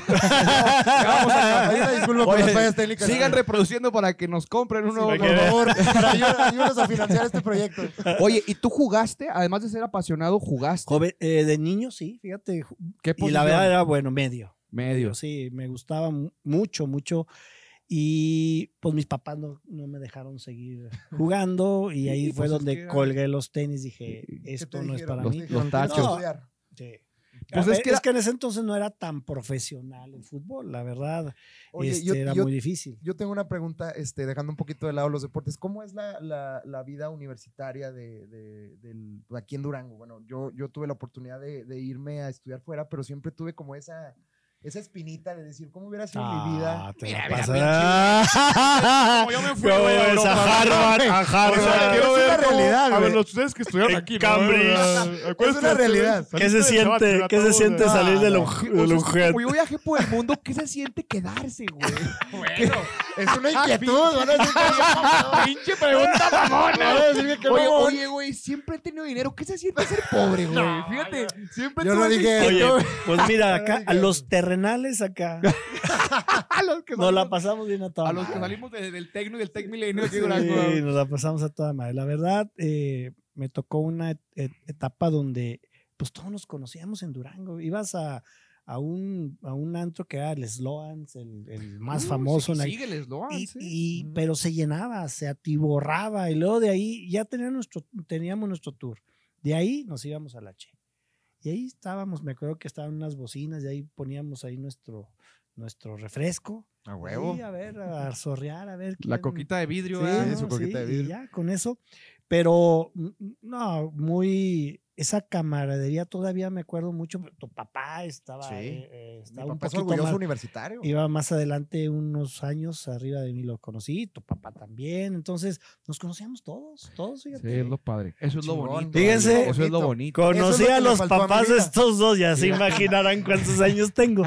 a Ahí disculpa por Oye, las fallas técnicas. sigan reproduciendo para que nos compren uno. para Por que- favor, ayúdanos a financiar este proyecto. Oye, ¿y tú jugaste? Además de ser apasionado, ¿jugaste? Joven, de niño, sí, fíjate. ¿Qué Y posición? la verdad era, bueno, medio. Medio. Sí, me gustaba mucho, mucho. Y pues mis papás no me dejaron seguir jugando y ahí Sí, fue pues, es donde que era- colgué los tenis. Dije, ¿Qué esto ¿Qué te no es dijeron? para Los- mí. Dijeron, los "Tienes que tachos". estudiar". Sí. Pues A es ver, que era- en ese entonces no era tan profesional el fútbol, la verdad. Oye, Era muy difícil. Yo tengo una pregunta, dejando un poquito de lado los deportes. ¿Cómo es la vida universitaria de aquí en Durango? Bueno, yo tuve la oportunidad de irme a estudiar fuera, pero siempre tuve como esa espinita de decir, ¿cómo hubiera sido mi vida? Te Mira, la mira, pasas. Como yo me fui, ¿Cómo güey, a ves? Europa, A Harvard, a Harvard. O sea, quiero ver realidad, A ver, güey. ustedes que estudiaron En aquí, ¿no? Cambridge. Es una realidad. ¿Qué se siente? ¿Qué se siente No, salir de no. lo O sea, es ojete? como yo viajé por el mundo, ¿qué se siente quedarse, güey? Bueno, es una inquietud. Van a decir que Pinche pregunta mamona. van a decir que Oye, mamón. oye, güey, siempre he tenido dinero. ¿Qué se siente ser pobre, güey? No, Fíjate, siempre Yo tuve no esa dije- inquietud. Oye, pues mira, acá a los terrenales acá a los que nos la salimos, pasamos bien a toda a los que madre. salimos del Tecno y del Tec Milenio aquí Sí, en Durango. nos la pasamos a toda madre. La verdad, me tocó una etapa donde pues todos nos conocíamos en Durango. Ibas a un antro que era el Sloans, el más famoso. en ahí. Sigue el eslogan, Pero se llenaba, se atiborraba y luego de ahí ya teníamos nuestro tour. De ahí nos íbamos a la Che. Y ahí estábamos, me acuerdo que estaban unas bocinas y ahí poníamos ahí nuestro refresco. A huevo. Y a ver, a zorrear, a ver. La quién- coquita de vidrio, Sí, ¿verdad? no, su coquita de sí, vidrio. y ya, con eso. Pero, no, esa camaradería todavía me acuerdo mucho. Tu papá estaba, Sí. estaba Mi un papá es poquito orgulloso más. universitario. Iba más adelante unos años arriba de mí, lo conocí, tu papá también. Entonces, nos conocíamos todos, fíjate. Sí, es lo padre. Eso es lo Chingón. bonito. Fíjense. Eso es lo bonito. Eso es Conocí lo que a le los faltó a mi papás de vida. estos dos, ya se imaginarán cuántos años tengo.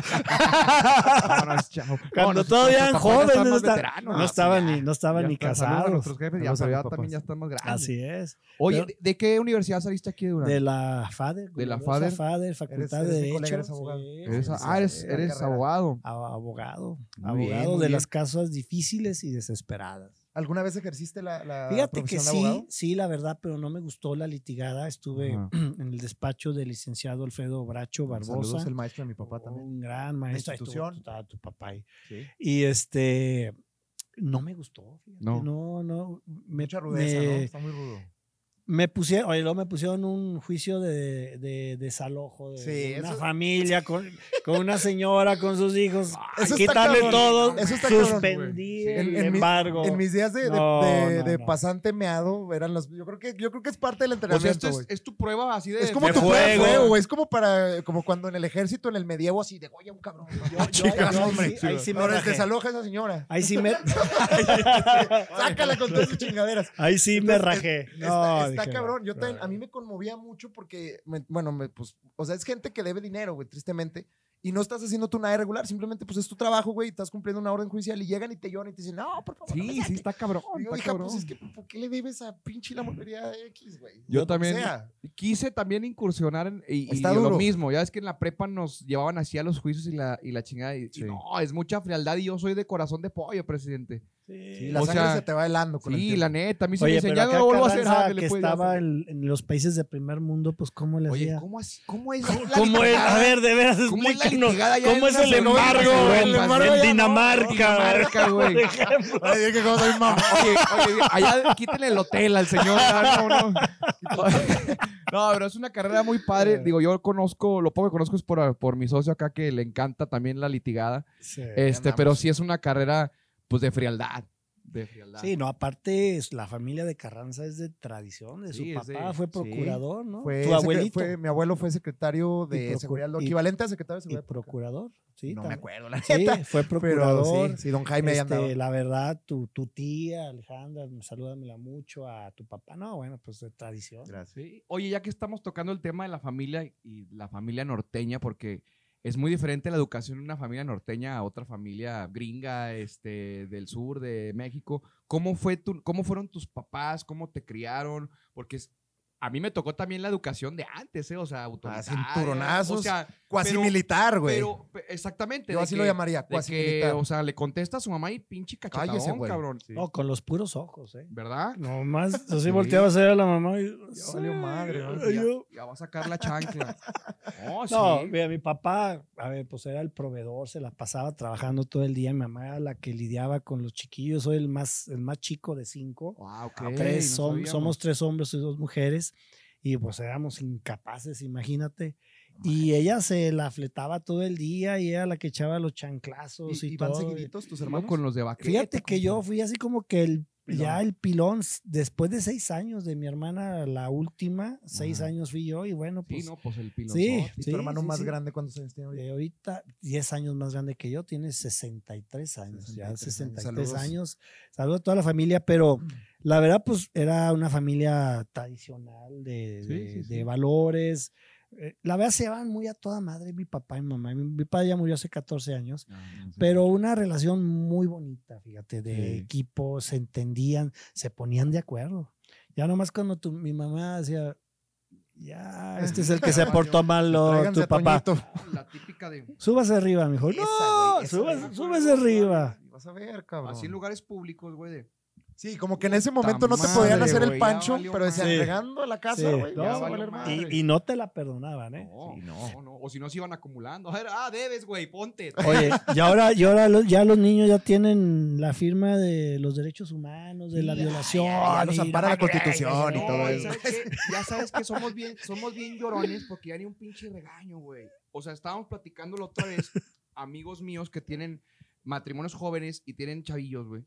Vámonos, chao. Cuando Vámonos, todavía eran nuestros papás ya jóvenes, están no, más está- veteranos. no estaban ni, no estaban Ya ni están, saludos a casados. nuestros jefes, ya, Saludos a pero mis ya papás. también ya están más grandes. Así es. Oye, Pero- ¿de qué universidad saliste aquí de Durango? De la FADER. De la gloriosa FADER. Facultad Eres de mi colega, Derecho. eres abogado. Sí, Eres, sí, eres, sí, eres carrera. abogado. abogado. Muy bien, Abogado muy de bien. las causas difíciles y desesperadas. ¿Alguna vez ejerciste la Fíjate que profesión de sí, abogado? sí, la verdad, pero no me gustó la litigada. Estuve Ajá. en el despacho del licenciado Alfredo Bracho Saludos, Barbosa. el maestro de mi papá también. Un gran maestro. Ahí estuvo institución. tu papá ahí. Sí. Y no me gustó. Fíjate, No. no. Mucha rudeza, ¿no? Está muy rudo. luego me pusieron un juicio de desalojo de Sí, una eso- familia con una señora, con sus hijos, Eso está quitarle cabrón. todo, Eso está cabrón, suspendí güey. el En mi- embargo. En mis días de No. pasante meado, eran los. Yo creo que es parte del O sea, entrenamiento, esto güey. es tu prueba así de... Es como de tu prueba de fuego. fuego, güey. Es como cuando en el ejército, en el medievo, así de oye, un cabrón. Ahí sí me Ahora rajé. desaloja a esa señora. Ahí sí me, Sácala con todas sus chingaderas. ahí sí me Entonces, rajé. No, está dije, cabrón. Yo no, también, a mí me conmovía mucho porque, pues, o sea, es gente que debe dinero, güey, tristemente. Y no estás haciendo tú nada irregular, simplemente pues es tu trabajo, güey, y estás cumpliendo una orden judicial y llegan y te lloran y te dicen, no, por favor. no me Sí, saques". sí, está cabrón. Digo, está hija, cabrón. pues es que, ¿por qué le debes a pinche la morrería X, güey? Yo Lo que también sea. quise también incursionar y Está lo duro. mismo. Ya es que en la prepa nos llevaban así a los juicios y la chingada. Y no, es mucha frialdad y yo soy de corazón de pollo, presidente. Sí, la O sangre sea, se te va helando con el Sí, tiempo. la neta. A mí sí Oye, me pero enseñaron, acá no lo vuelvo a hacer. Carranza, ándale, que pues, ya estaba sé. en los países de primer mundo, pues ¿cómo le Oye, hacía? ¿cómo es? ¿Cómo es? A ver, de veras, ¿Cómo es la explícanos. litigada ya ¿Cómo en es el una embargo zona en, de Europa? en Ya no, Dinamarca? Dinamarca, güey. Por ejemplo. Ay, es que como soy mamá. Oye, allá quítenle el hotel al señor. No. No, pero es una carrera muy padre. Digo, yo conozco, lo poco que conozco es por mi socio acá que le encanta también la litigada. Sí. Pero sí es una carrera, pues, de frialdad. De frialdad. Sí, no, aparte la familia de Carranza es de tradición, de su Sí, es papá de- fue sí. procurador, ¿no? Fue Tu abuelito. mi abuelo fue secretario Y de procu- seguridad, lo y- equivalente a secretario de Y seguridad. pública. procurador, sí. No me también. acuerdo, la Sí, neta. fue Pero procurador. sí, don Jaime ahí andaba. La verdad, tu tía Alejandra, salúdamela mucho, a tu papá. No, bueno, pues de tradición. Gracias. Sí. Oye, ya que estamos tocando el tema de la familia y la familia norteña, porque es muy diferente la educación de una familia norteña a otra familia gringa, del sur de México. ¿Cómo fueron tus papás? ¿Cómo te criaron? Porque a mí me tocó también la educación de antes, ¿eh? O sea, autoritaria. cinturonazos, O sea, Cuasi pero- militar, güey. exactamente. Yo de así que- lo llamaría, de cuasi que, militar. o sea, le contesta a su mamá y pinche Cállese, cachetadón, güey. cabrón. Sí. No, con los puros ojos, ¿eh? ¿Verdad? No más, así Sí. volteaba a ser a la mamá y... Ya valió madre, ¿no? Ay, Ya, yo- ya va a sacar la chancla. No, No, sí. mira, mi papá, a ver, pues era el proveedor, se la pasaba trabajando todo el día. Mi mamá era la que lidiaba con los chiquillos. Soy el más chico de 5. Ah, ok. Tres no sabíamos. somos 3 hombres y 2 mujeres. Y pues éramos incapaces, imagínate. Y ella se la fletaba todo el día y era la que echaba los chanclazos y, ¿Y van todo. seguiditos tus No, hermanos? con los de vaqueta. Fíjate que yo compa. fui así como que Pilón. el pilón, después de 6 años de mi hermana, la última, 6 Ajá. años fui yo y bueno, pues Sí, no, pues el pilón. sí. ¿Y tu hermano más grande cuántos años tiene ahorita? ahorita 10 años más grande que yo, tiene 63 años, 63 ya años. 63 Saludos. años. Saludos a toda la familia, pero la verdad pues era una familia tradicional de valores. La verdad se llevaban muy a toda madre mi papá y mi mamá. Mi padre ya murió hace 14 años, pero una relación muy bonita, fíjate, de Sí. equipo, se entendían, se ponían de acuerdo. Ya nomás cuando mi mamá decía, ya, este es el que se portó mal, Tráiganse tu a papá. Toñito. La típica de. Súbase arriba, mijo. Esa, No, güey, esa, güey. súbase arriba. Y vas a ver, cabrón. Así en lugares públicos, güey. De. Sí, como que en ese Puta momento no te madre, podían hacer güey, el ya pancho, valió pero decían, madre. llegando a la casa, Sí. güey, No, ya va a valió valer madre. madre. Y no te la perdonaban, ¿eh? No, Sí, no. O si no se iban acumulando. A ver, debes, güey, ponte. Oye, y ahora ya los niños ya tienen la firma de los derechos humanos, de la violación. ya los y ampara la Constitución y No, todo ¿y eso. sabes qué? Ya sabes que somos bien llorones porque ya ni un pinche regaño, güey. O sea, estábamos platicando la otra vez, amigos míos que tienen matrimonios jóvenes y tienen chavillos, güey.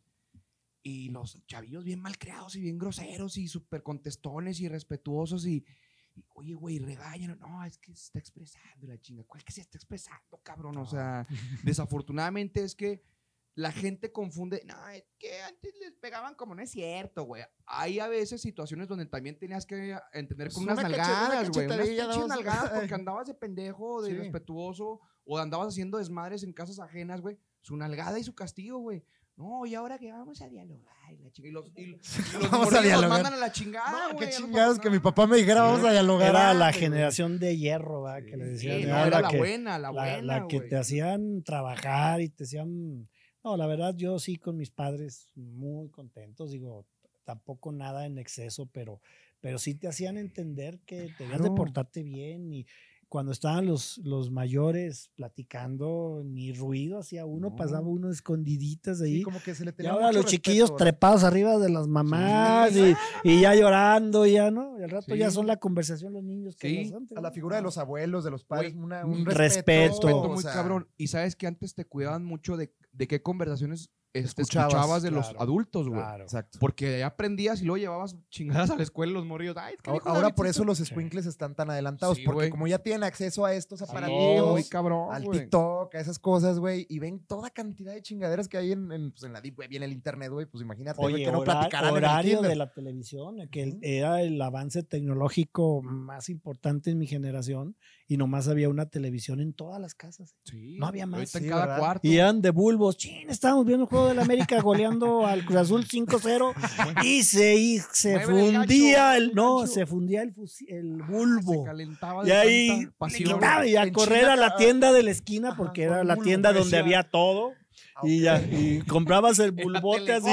Y los chavillos bien malcriados y bien groseros y súper contestones y respetuosos y oye, güey, regáñalo. No, es que se está expresando la chinga. ¿Cuál que se está expresando, cabrón? O sea, desafortunadamente es que la gente confunde. No, es que antes les pegaban como no es cierto, güey. Hay a veces situaciones donde también tenías que entender con Pues unas una nalgadas, güey. Unas cachetadilla, pinches damos- nalgadas porque andabas de pendejo, de Sí. irrespetuoso o andabas haciendo desmadres en casas ajenas, güey. Su nalgada y su castigo, güey. No, y ahora que vamos a dialogar. Y la chinga, y los Vamos a morrillos los dialogar. mandan a la chingada, No, güey. qué ya no chingados pasa que mi nada. papá me dijera, vamos a dialogar. Era la antes, güey. generación de hierro, ¿va? Que le decían. Sí, era no, era la que- buena, la buena, la que güey. te hacían trabajar y te hacían... No, la verdad, yo sí con mis padres muy contentos. Digo, tampoco nada en exceso, pero sí te hacían entender que tenías de Claro. portarte bien y cuando estaban los mayores platicando, ni ruido hacía uno, No. pasaba uno escondiditas ahí. Sí, como que se le Y tenía ahora mucho los respeto, chiquillos ¿no? trepados arriba de las mamás y ya llorando, ya, ¿no? Y al rato Sí. ya son la conversación los niños que Sí. los antes, A la ¿no? figura de los abuelos, de los padres, Güey, un respeto. Respeto o muy sea, cabrón. Y sabes que antes te cuidaban mucho de qué conversaciones Escuchabas, escuchabas de los claro, adultos, güey. Claro. Exacto. Porque ya aprendías y luego llevabas chingadas a la escuela los morrillos. Ay, es que dijo Ahora por Davidcito. eso los Sí. escuincles están tan adelantados, Sí, porque güey. como ya tienen acceso a estos Sí, aparatos, muy cabrón, al güey. TikTok, a esas cosas, güey, y ven toda cantidad de chingaderas que hay pues, en la deep web y en el internet, güey, pues imagínate, güey, Oye, que no platicarán en el horario kinder. de la televisión, que Ujú. era el avance tecnológico más importante en mi generación y nomás había una televisión en todas las casas. Sí, No había más. ahorita en Sí, cada ¿verdad? cuarto. Y eran de bulbos. Chin, estábamos viendo el juego del América goleando al Cruz Azul 5-0 y se Muévele el fundía gancho, el, no, gancho. se fundía el Se bulbo. calentaba Y de ahí tanta le pasión. quitaba y a En correr China, a la tienda de la esquina ajá, porque con era un la bulbo, tienda donde parecía. había todo. Y ya, y comprabas el bulbote así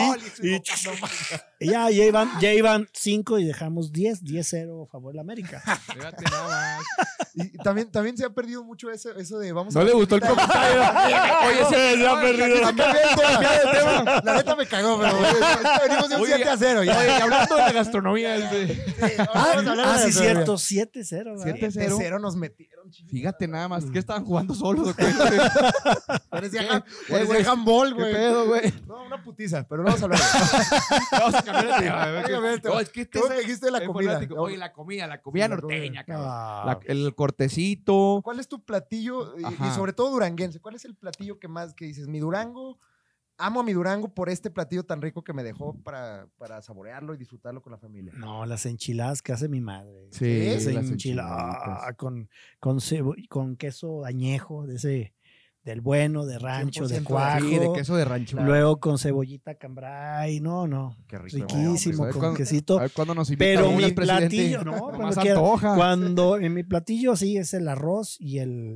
y ya iban 5 y dejamos 10-0 a favor de la América. Fíjate nada más. Y también se ha perdido mucho eso de vamos No a le ver gustó el ahorita- comentario. Oye, se ha perdido. Cambié de tema. La neta me cagó, pero güey, es que venimos de un Oye, 7-0 ya. Oye, y hablando de la gastronomía, Vamos a hablar de Sí, la cierto, 7-0. ¿verdad? 7-0 nos metieron, chingada. fíjate nada más, que estaban jugando solos. ¿O qué? Parecía güey? handball, ¿Qué güey. pedo, güey? No, una putiza, pero no vamos a hablar de eso. Vamos a cambiar de tema. Vamos a cambiar de tema. No, es que este ¿Cómo es que dijiste de la el comida? fanático. Oye, la comida la norteña, cabrón. Ah, El cortecito. ¿Cuál es tu platillo? Y Ajá. sobre todo duranguense. ¿Cuál es el platillo que más que dices? Mi Durango, amo a mi Durango por este platillo tan rico que me dejó para saborearlo y disfrutarlo con la familia. no, las enchiladas que hace mi madre. Sí, Esa las enchilada enchiladitas. con queso añejo del bueno, de rancho, de 100% cuajo. Sí, de queso de rancho. Luego con cebollita cambray. No. Qué rico. Riquísimo, A ver con cuándo- quesito. A ver cuándo nos invita Pero unas, mi presidente. platillo, no, Nomás cuando quiera. antoja. Cuando en mi platillo sí es el arroz y el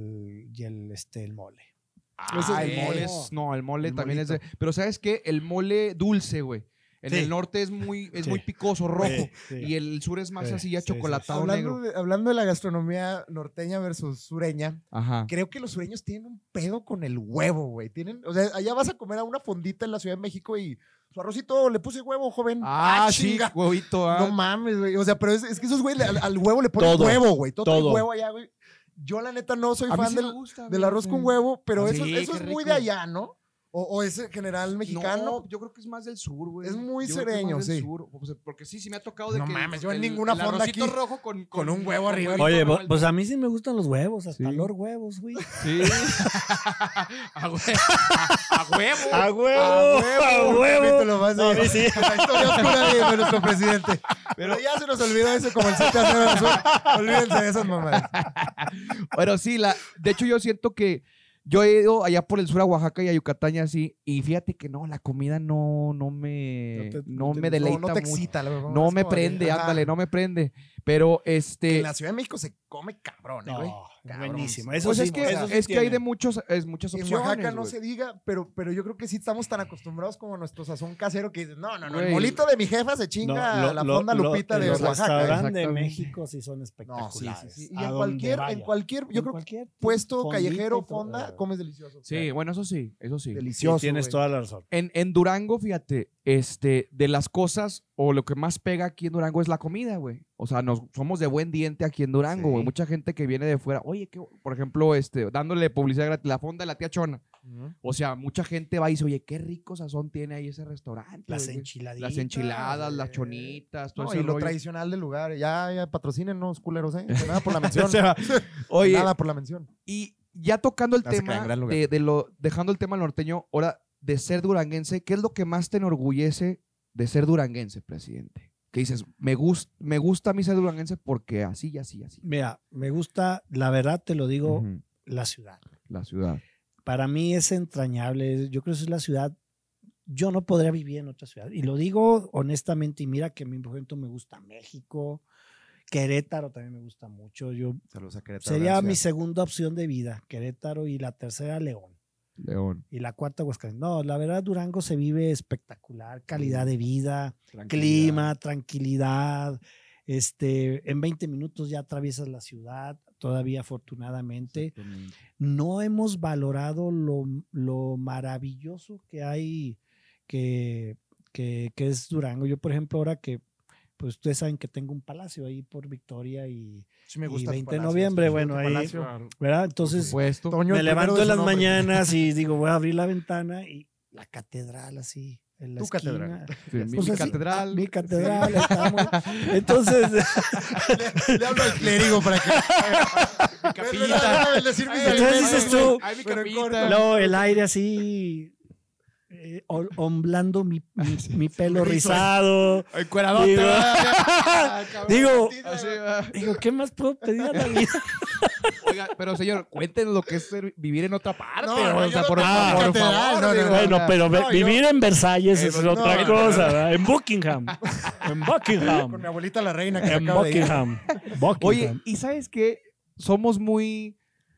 mole. Ah, el Sí. mole es, no, el mole El también es molito. de, pero ¿sabes qué? El mole dulce, güey. En Sí. el norte es muy Sí. picoso, rojo. Sí. Y el sur es más Sí, así, ya sí, chocolatado negro. Hablando de la gastronomía norteña versus sureña, Ajá. creo que los sureños tienen un pedo con el huevo, güey. O sea, allá vas a comer a una fondita en la Ciudad de México y su arrocito le puse huevo, joven. Ah, sí, chinga. huevito, ah. No mames, güey. O sea, pero es que esos güey al huevo le ponen Todo, huevo, güey. Todo todo. el huevo allá, güey. Yo, la neta, no soy A mí fan sí me gusta, del arroz fíjate. con huevo, pero Ah, eso sí, es qué muy rico. de allá, ¿no? O es general mexicano. No, yo creo que es más del sur, güey. Es muy Yo creo que es sereño, más del sí. sur. O sea, porque sí me ha tocado de No que mames, yo en ninguna el fonda arrocito aquí rojo con un huevo arriba. huevito Oye, revuelto. pues a mí sí me gustan los huevos, hasta Sí. los huevos, güey. Sí. a huevo. A huevo. ¡A huevo! Capítulo más de A mí sí. la historia oscura de nuestro presidente. Pero ya se nos olvidó eso como el 7-0 del sur. Olvídense de esas mamadas. Pero sí, de hecho yo siento que yo he ido allá por el sur a Oaxaca y a Yucatán y así, y fíjate que no, la comida no me deleita No te mucho. excita. No es me como de, prende, ajá. ándale, no me prende. Pero En la Ciudad de México se come cabrón, güey. No, Cabrón. buenísimo. Eso pues sí, es que, eso sí es que hay tiene. de muchas opciones. En Oaxaca no güey. se diga, pero yo creo que sí estamos tan acostumbrados como a nuestro sazón casero que dices, no, el Güey. molito de mi jefa se chinga la fonda Lupita de los Oaxaca. restaurantes de exactamente. México sí son espectaculares. sí. Y A en donde cualquier, vaya. yo creo que cualquier puesto fondita callejero, y todo. fonda, comes delicioso. Sí, bueno, eso sí. Delicioso. Sí, tienes güey. toda la razón. En Durango, fíjate, de las cosas o lo que más pega aquí en Durango es la comida, güey. O sea, somos de buen diente aquí en Durango, Sí. güey. Mucha gente que viene de fuera, oye, por ejemplo, dándole publicidad gratis, la fonda de la tía Chona. Ujú. O sea, mucha gente va y dice, oye, qué rico sazón tiene ahí ese restaurante. Las güey. enchiladitas. Las enchiladas, las güey. chonitas, todo No, ese y lo rollo. tradicional del lugar. Ya patrocínenos, culeros, ¿eh? Nada por la mención. O sea, oye, Nada por la mención. y ya tocando el No se crean, tema, gran lugar. dejando el tema norteño, ahora de ser duranguense, ¿qué es lo que más te enorgullece de ser duranguense, presidente? Que dices, me gusta a mí ser duranguense porque así y así y así. Mira, me gusta, la verdad te lo digo, Ujú, la ciudad. la ciudad. Para mí es entrañable. Yo creo que es la ciudad. Yo no podría vivir en otra ciudad. Y lo digo honestamente. Y mira que a mí, por ejemplo, me gusta México. Querétaro también me gusta mucho. Saludos a Querétaro. Sería gran mi ciudad. segunda opción de vida. Querétaro y la tercera, León. León. Y la cuarta, Aguascalientes. No, la verdad, Durango se vive espectacular. Calidad de vida, Tranquilidad. clima, tranquilidad. En 20 minutos ya atraviesas la ciudad, todavía afortunadamente. No hemos valorado lo maravilloso que hay, que es Durango. Yo, por ejemplo, ahora que, pues ustedes saben que tengo un palacio ahí por Victoria y, Sí, me y gusta 20 de tu palacio, noviembre, sí, bueno, tu ahí, palacio. ¿verdad? Entonces, Toño, me el primero levanto de en su las nombre. mañanas y digo, voy a abrir la ventana y la catedral así, en la Tu esquina. catedral. Mi Pues así, catedral. Mi catedral, estamos. Entonces, Le hablo al clérigo para que. Mi capillita. Decir mis Entonces alimentos, dices güey. tú, Ay, mi Pero en capillita. corto. luego el aire así, omblando mi pelo rizo. rizado. Encueradote. Digo, Ah, cabrón. digo, Así va. digo, ¿qué más puedo pedir a la vida? Oiga, pero señor, cuéntenos lo que es vivir en otra parte. No, o yo sea, no por tengo favor, catedral, favor, no, no, digo, no. Bueno, pero No, vivir en Versalles es no, otra no, cosa, ¿verdad? En Buckingham. En Con mi Buckingham. abuelita la reina que se En acaba de ir. Buckingham. Oye, Buckingham. ¿y sabes qué? Somos muy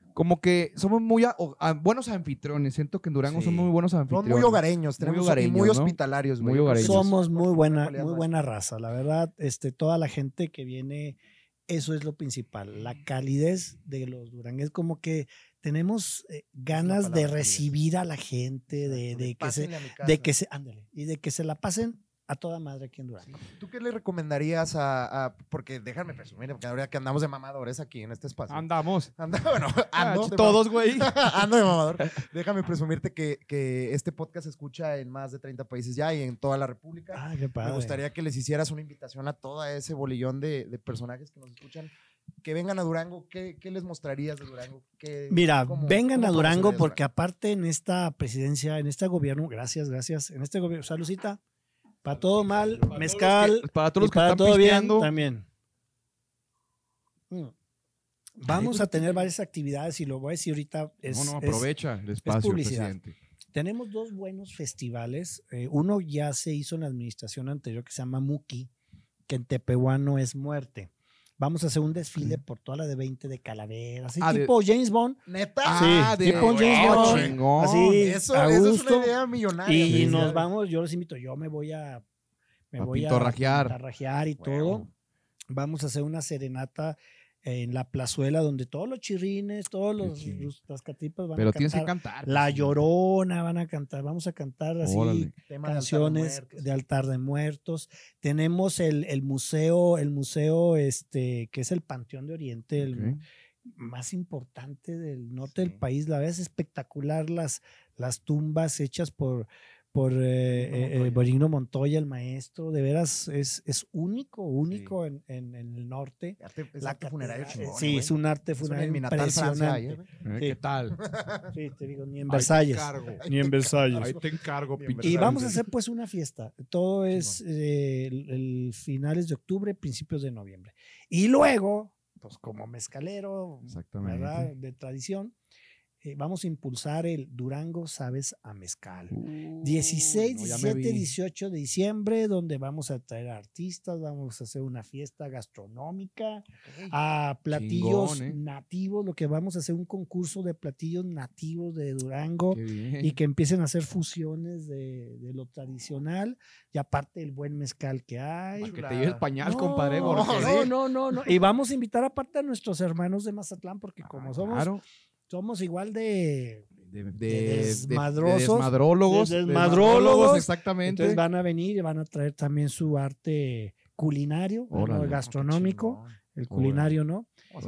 buenos anfitriones. Siento que en Durango Sí. somos muy buenos Son anfitriones. muy hogareños, tenemos y hogareños, muy ¿no? hospitalarios, güey. Muy Yo creo que hogareños. Somos muy buena cualidad raza, la verdad. Toda la gente que viene, eso es lo principal. La calidez de los duranguenses, como que tenemos ganas palabra, de calidez. recibir a la gente, de que se, ándale, y de que se la pasen a toda madre aquí en Durango. ¿Tú qué le recomendarías porque déjame presumir, porque ahora que andamos de mamadores aquí en este espacio. Andamos. Bueno, ando de Todos, güey. ando de mamador. Déjame presumirte que este podcast se escucha en más de 30 países ya y en toda la República. Ah, qué padre. Me gustaría que les hicieras una invitación a todo ese bolillón de personajes que nos escuchan. Que vengan a Durango. ¿Qué les mostrarías de Durango? Mira, vengan a cómo Durango conocerías porque aparte en esta presidencia, en este gobierno, gracias, en este gobierno, saludcita, para todo mal, mezcal, Para todos los y que para están todo bien pisteando. también. Vamos a tener varias actividades y lo voy a decir ahorita. Aprovecha el espacio, publicidad. presidente. Tenemos dos buenos festivales. Uno ya se hizo en la administración anterior que se llama Muki, que en tepehuano es muerte. Vamos a hacer un desfile por toda la de 20 de calaveras, así Ah, tipo James Bond. ¿Neta? Sí, tipo James Bond. chingón. Así, Eso a es gusto. una idea millonaria. Y felicidades. nos vamos, yo los invito, yo me voy a pintorrajear. pintarrajear y Huevo. todo. Vamos a hacer una serenata en la plazuela donde todos los chirrines, todos las catipas van Pero a tienes que cantar. cantar. La pues. Llorona van a cantar, vamos a cantar así Órale. Tema de canciones Altar de Muertos. de altar de muertos. Tenemos el museo que es el Panteón de Oriente, el Ok. más importante del norte Sí. del país. La verdad es espectacular las tumbas hechas por Benigno Montoya, el maestro. De veras es único en el norte. Es arte funerario chingón. Sí, es un arte funerario en mi natal Francia. impresionante. ¿Qué tal? Sí, te digo, ni en Ahí te Versalles. encargo. Ni en Versalles. Ahí te encargo, Bien, pinche. Y Versalles. vamos a hacer pues una fiesta. Todo es el finales de octubre, principios de noviembre. Y luego, pues como mezcalero, Exactamente. ¿verdad? De tradición, vamos a impulsar el Durango Sabes a Mezcal. 16, no, ya me 17, vi. 18 de diciembre, donde vamos a traer artistas, vamos a hacer una fiesta gastronómica, a platillos Chingón, ¿eh? nativos, lo que vamos a hacer un concurso de platillos nativos de Durango Qué bien. y que empiecen a hacer fusiones de lo tradicional y aparte el buen mezcal que hay. Para que te lleve el pañal, No, compadre. no, Porque no. Y vamos a invitar aparte a nuestros hermanos de Mazatlán porque como claro, somos igual de desmadrosos. desmadrosos. De Desmadrólogos. exactamente. entonces van a venir y van a traer también su arte culinario, ¿no? Órale. gastronómico, el culinario, ¿no?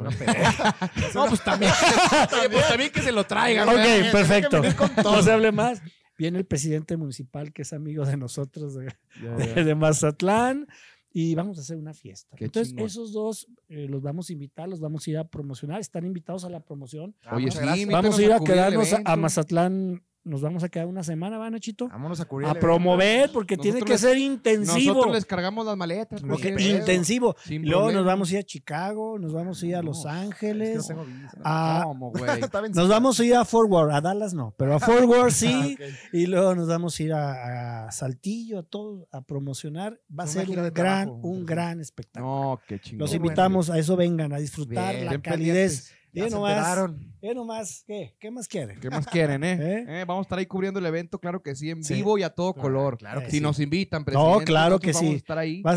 No, pues también. Oye, pues también que se lo traigan. Ok, ¿verdad? perfecto. venir con todo. No se hable más. Viene el presidente municipal que es amigo de nosotros Ya, ya. de Mazatlán y vamos a hacer una fiesta. Qué Entonces, chingón. esos dos los vamos a invitar, los vamos a ir a promocionar. Están invitados a la promoción. Oye, muchas sí, gracias. invítanos Vamos a ir a cubrir el quedarnos a evento. Mazatlán. Nos vamos a quedar una semana, ¿va, Nachito? Vámonos a cubrir A el promover, porque tiene Nosotros que ser intensivo. Nosotros les cargamos las maletas. Lo que presidente. Intensivo. Sin Y luego problema. nos vamos a ir a Chicago, nos vamos a ir a Los Ángeles. Es que no tengo visa. ¿Cómo, güey? Está vencido. Nos vamos a ir a Fort Worth, a Dallas no, pero a Fort Worth sí. Ok. Y luego nos vamos a ir a Saltillo, a todo, a promocionar. Va a Es una ser gira de un trabajo. gran espectáculo. No, qué chingón. Los Qué bueno. invitamos a eso, vengan a disfrutar Bien, la estén calidez. pendientes. Ya se enteraron. Nomás, ¿qué más quieren? ¿Qué más quieren, Vamos a estar ahí cubriendo el evento, claro que sí, en vivo y a todo color. Claro que si sí. nos invitan, presidente. No, claro que vamos sí. a estar ahí. Va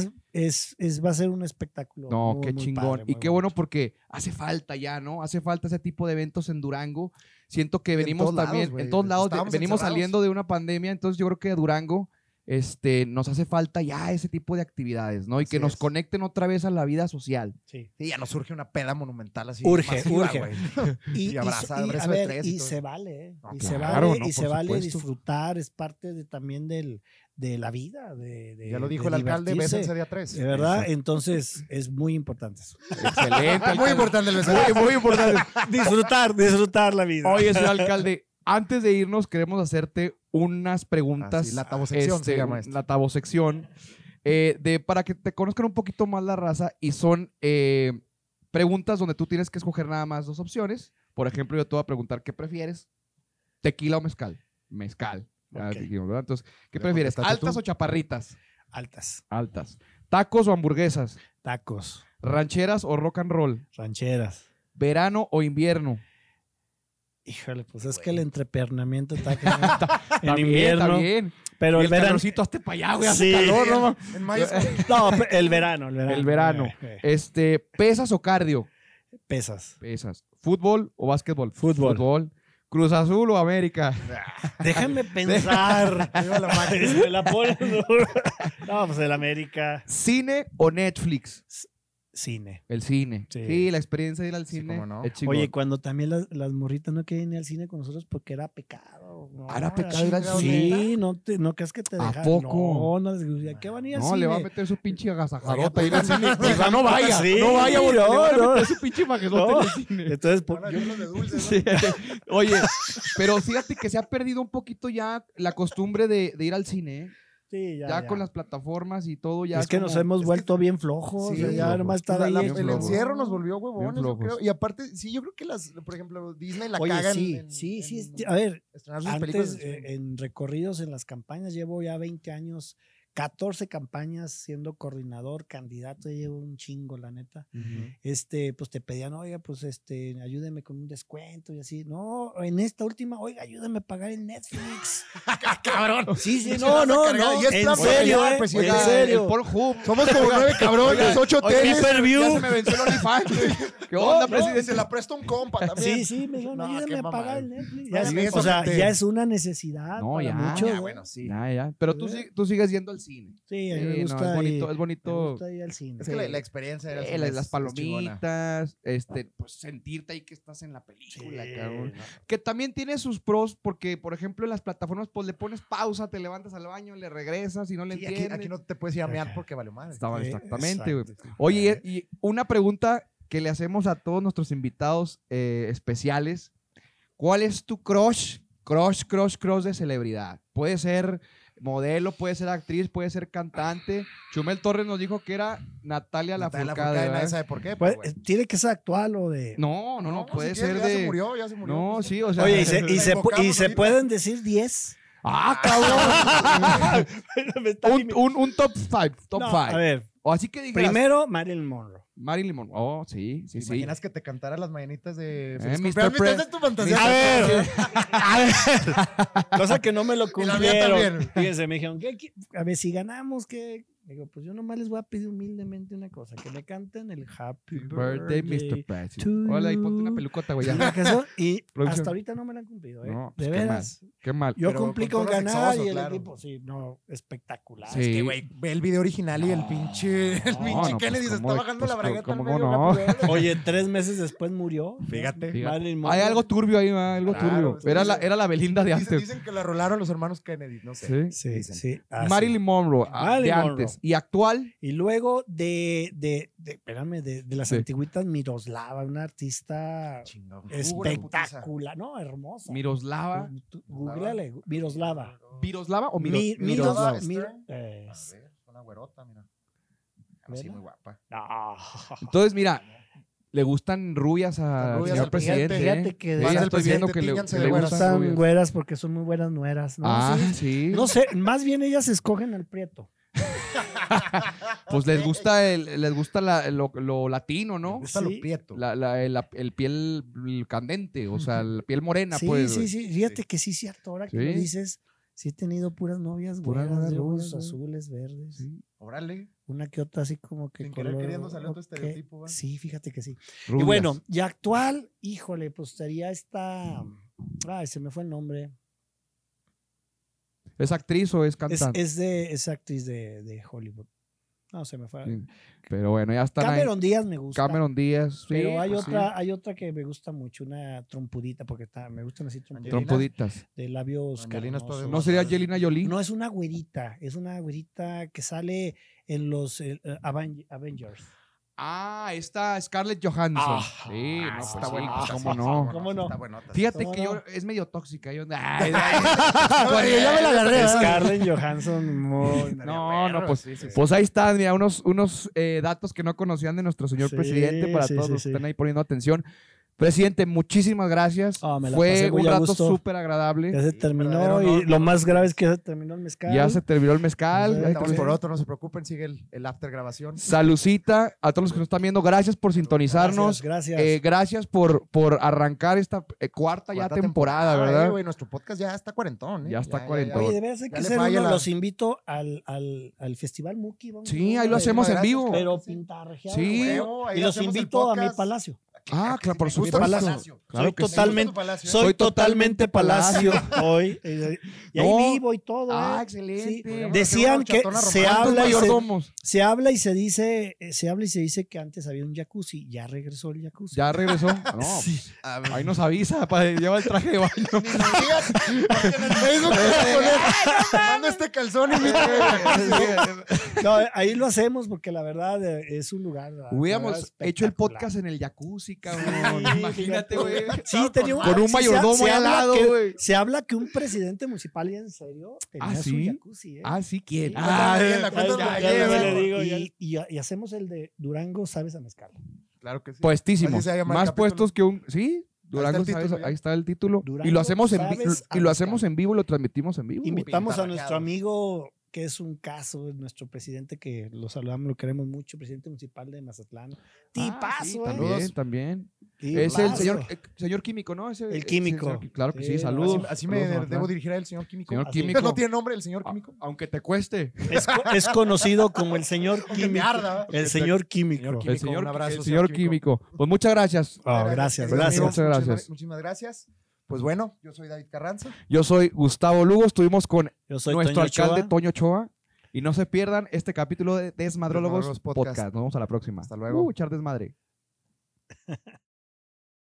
a ser un espectáculo. No, muy, qué muy chingón. padre, Y muy qué bueno bonito. porque hace falta ya, ¿no? Hace falta ese tipo de eventos en Durango. Siento que En venimos todos lados, también, güey. en todos lados, Estábamos venimos encerrados. saliendo de una pandemia, entonces yo creo que a Durango nos hace falta ya ese tipo de actividades, ¿no? Y que Así nos es. conecten otra vez a la vida social. Sí. Sí, ya nos surge una peda monumental así. Urge, masiva, urge. güey. Y, Y abrazo y, de a ver, tres y todo. se vale, ¿eh? No, y claro, se vale, no, y se por vale supuesto. disfrutar, es parte también de la vida. Ya lo dijo de el alcalde, divertirse, bésense día 3. de verdad, entonces es muy importante eso. Excelente. Muy importante el beso. Muy importante. disfrutar la vida. Oye, señor alcalde, antes de irnos, queremos hacerte unas preguntas. Ah, sí, la tabosección se llama esto. La tabosección. Para que te conozcan un poquito más la raza. Y son preguntas donde tú tienes que escoger nada más 2 opciones. Por ejemplo, yo te voy a preguntar, ¿qué prefieres? ¿Tequila o mezcal? Mezcal. Ya Ok. dijimos, ¿verdad? Entonces, ¿qué Ya prefieres? contestaste ¿Altas tú. o chaparritas? Altas, Altas. ¿Tacos o hamburguesas? tacos, ¿Rancheras o rock and roll? rancheras. ¿Verano o invierno? Híjole, pues es que el entrepernamiento está acá en Está invierno. bien. Pero Y el el verano. calorcito hazte para allá, güey. Hace Sí. calor, ¿no? En mayo. No, el verano. El verano. ¿Pesas o cardio? Pesas. Pesas. ¿Fútbol o básquetbol? Fútbol. ¿Cruz Azul o América? Déjame pensar. Viva la máquina. Me la pones duro. No, pues el América. ¿Cine o Netflix? Cine. El cine. Sí. Sí, la experiencia de ir al Sí, cine. cómo no. Es chingón. Oye, cuando también las morritas no querían ir al cine con nosotros porque era pecado. No, ¿Era pecado ir al Sí, no creas que te ¿A dejan. poco? No, les decía, ¿qué van a ir al no, cine? le va a meter su pinche agasajadota ahí en el cine. O sea, no vaya, Sí, no vaya porque le van a no. meter su pinche majezota No. en el cine. Entonces, Ahora yo los de dulces, ¿no? Sí. Oye, pero fíjate que se ha perdido un poquito ya la costumbre de ir al cine, ¿eh? sí, Ya con las plataformas y todo, ya es que nos como- hemos es que- vuelto bien flojos. Sí, o sea, ya flojos. nomás estar ahí. El flojos. encierro nos volvió huevones, Bien yo flojos. creo. Y aparte, sí, yo creo que por ejemplo, Disney la Oye, caga sí, en sí. en A ver, estrenar sus películas. antes en recorridos en las campañas llevo ya 20 años, 14 campañas siendo coordinador, candidato, ya llevo un chingo, la neta. Pues te pedían, oiga, pues ayúdeme con un descuento y así. No, en esta última, oiga, ayúdame a pagar el Netflix. Cabrón. Sí, sí, Se no, vas a no, cargar. no. Y es En plan serio, familiar, ¿eh? presidente. En Oiga, serio. el Pornhub. Somos como 9 cabrones, 8 Oiga, hoteles. pay-per-view. Ya se me venció el OnlyFans, güey. ¿Qué onda, No, presidente? se la presta un compa también. Sí, me dijeron, No, ayúdame qué a pagar mamada. el Netflix. No, Ya sí, es- eso o sea, te- ya es una necesidad No, para ya, muchos. Ya, ¿no? bueno, sí. Ya. Pero tú sigues yendo al cine. Sí, a mí Sí, me no, gusta. es bonito, ir- es bonito. Me gusta ir al cine. Es que la experiencia era Las palomitas, pues sentirte ahí que estás en la película, Sí, cabrón. no. Que también tiene sus pros, porque, por ejemplo, en las plataformas, pues le pones pausa, te levantas al baño, le regresas y no le Sí, entiendes. aquí no te puedes ir a mear porque valió madre. Estaba Sí, exactamente, güey. exacto. Oye, y una pregunta que le hacemos a todos nuestros invitados especiales. ¿Cuál es tu crush de celebridad? Puede ser modelo, puede ser actriz, puede ser cantante. Chumel Torres nos dijo que era Natalia Lafourcade, Lafourcade. nadie ¿verdad? sabe por qué. Pues, pero bueno. ¿tiene que ser actual o de...? No, puede si ser quieres, de... Ya se murió, ya se murió. No, pues, sí, o sea... Oye, La invocamos ahorita. pueden decir 10? ¡Ah, cabrón! Me está un top 5, top 5. No, a ver, O así que digas... primero Marilyn Monroe. Marilyn Monroe. Oh, sí. ¿Te imaginas que te cantara las mañanitas de Mr. cumpleaños? Pre- Esa es tu fantasía. A ver, cosa que no me lo Y la mía cumplieron. también. Fíjense, me dijeron, a ver, si ganamos, ¿qué? Digo, pues yo nomás les voy a pedir humildemente una cosa, que me canten el Happy Birthday, Birthday Mr. President. to Hola, y ponte you. una pelucota, güey. ¿Sí, ya. acaso? Y Producción. hasta ahorita no me la han cumplido, ¿eh? No, de pues, veras. Qué mal. Yo Pero cumplí con con tono ganar sexoso, y el claro. equipo, sí, no, espectacular. Sí. Es que, güey, ve el video original y el pinche no, Kennedy pues, se ¿cómo? está bajando Pues, la bragueta ¿cómo al medio de no? una pulgada. Oye, 3 meses después murió. Fíjate. Marilyn Hay Monroe. algo turbio ahí, ¿verdad? Algo Claro, turbio. es que Era la Belinda de Dicen, antes. dicen que la rolaron los hermanos Kennedy, no sé. Sí. Sí, Dicen. sí. así. Marilyn Monroe, Marilyn de Monroe. antes. ¿Y actual? Y luego espérame, de las Sí. antiguitas, Miroslava, una artista Chingón. espectacular, no, hermosa. Miroslava. Googleale, Miroslava. ¿Viroslava o Miroslava. Stern. Mir- A ver, es una güerota, mira. Así ¿Verdad? muy guapa. No. Entonces, mira, le gustan rubias al Rubias señor al presidente. presidente. Fíjate que Sí, de ya esas estoy viendo que presidente, le tíñanse de le güeras. gustan Están rubias. güeras porque son muy buenas nueras, ¿no? Ah, Sí. sí. No sé, más bien ellas escogen al prieto. Pues les gusta lo latino, ¿no? Me gusta lo prieto. El piel candente, o sea, la piel morena, Sí, pues. sí, sí. Fíjate que sí, cierto. Ahora que Sí. lo dices, sí he tenido puras novias, Puras güeras, de novias, ojos güey. azules, verdes. Sí. Órale. Una que otra así como que Sin querer queriendo salió tu estereotipo, ¿va? Sí, fíjate que sí. Rubias. Y bueno, y actual, híjole, pues sería esta... Ay, se me fue el nombre. ¿Es actriz o es cantante? Es actriz de Hollywood. No, se me fue. Sí. Pero bueno, ya están Cameron Díaz me gusta. Cameron Díaz. Sí, Pero hay pues sí. hay otra que me gusta mucho, una trompudita, porque me gustan así trompuditas. Trompuditas. De labios Angelina es carnosos. todo- ¿No sería Angelina Jolie? No, es una güerita que sale en los Avengers. Ah, está Scarlett Johansson. Ajá. Sí, no, Está pues sí, buena, pues, sí, cómo sí, no. ¿Cómo no? Está buenota. Fíjate ¿Cómo que no? es medio tóxica. Yo ya me la agarré. ¿verdad? Scarlett Johansson, muy... No, pues ahí están, mira, unos datos que no conocían de nuestro señor Sí, presidente para sí, todos sí, los que sí. están ahí poniendo atención. Presidente, muchísimas gracias. Me la Fue pasé muy un a rato gusto. súper agradable. Ya se terminó verdadero y honor, lo ¿no? más grave es que ya se terminó el mezcal. Ya se terminó el mezcal. Sí, Ahí Estamos está. por otro, no se preocupen, sigue el after grabación. Salucita a todos los que nos están viendo. Gracias por sintonizarnos. Gracias. Gracias por arrancar esta cuarta ya Cuarta temporada, ¿verdad? güey, nuestro podcast ya está cuarentón, ¿eh? Ya está cuarentón. Oye, de veras hay Ya que le ser falla uno. la- Los invito al Festival Muki. Vamos Sí, a ahí lo hacemos en gracias, vivo. Pero Sí. pintarrajeado. Sí. güey. Huevo, ahí Y los hacemos el invito a mi podcast. palacio. Ah, claro, por Me gusta supuesto. tu palacio. Claro Soy que sí. totalmente- Me gusta tu palacio, ¿eh? Soy totalmente palacio palacio. hoy. Y ahí No. vivo y todo. Ah, ¿eh? excelente. Sí. Podríamos Decían hacer una que chatona se romántica. habla y se, mayordomos? se habla y se dice que antes había un jacuzzi. Ya regresó el jacuzzi. Ya regresó. No, Sí. A ver, ahí nos avisa para llevar el traje de baño. ni nos digas, porque en el Facebook te voy a poner, mando este calzón y No, ahí lo hacemos porque la verdad es un lugar. la verdad, Hubiéramos hecho el espectacular. podcast en el jacuzzi, cabrón. Sí, Imagínate, güey. Sí, tenía Con un sí, mayordomo ahí al habla lado, que- güey. Se habla que un presidente municipal, y en serio, tenía su ¿sí? jacuzzi. ¿eh? Ah, sí, ¿quién? Sí, Ah, cuéntame, cuéntame, ya cuéntame. le digo, y- y hacemos el de Durango, ¿sabes a mezcal? Claro que sí. Puestísimo. Así se llama el Más capítulo. puestos que un. Sí, Durango, el título, ¿sabes? ya. Ahí está el título. Durango, Y lo hacemos en ¿sabes? y lo hacemos en vivo y lo transmitimos en vivo. güey. Invitamos a pintarrajeados. nuestro amigo, que es un caso, nuestro presidente, que lo saludamos, lo queremos mucho, presidente municipal de Mazatlán. Ah, sí, Tipazo, también, también. Tipazo. Es el señor químico, ¿no? El químico. Claro que sí, Sí, saludos. Así me Saludos a Mazatlán. debo dirigir al señor químico. Señor Así. químico. ¿No tiene nombre el señor químico? Aunque te cueste. Es conocido como el señor Aunque me químico. arda. El señor químico. Señor El señor, un abrazo, el señor químico. Pues muchas gracias. Oh, gracias, Querido gracias. amigo, Muchas gracias. Muchísimas gracias. Pues bueno, yo soy David Carranza. Yo soy Gustavo Lugo. Estuvimos con Yo soy nuestro Toño alcalde Ochoa. Toño Ochoa. Y no se pierdan este capítulo de Desmadrólogos Desmadrólogos Podcast. Podcast. Nos vemos a la próxima. Hasta luego. Echar desmadre.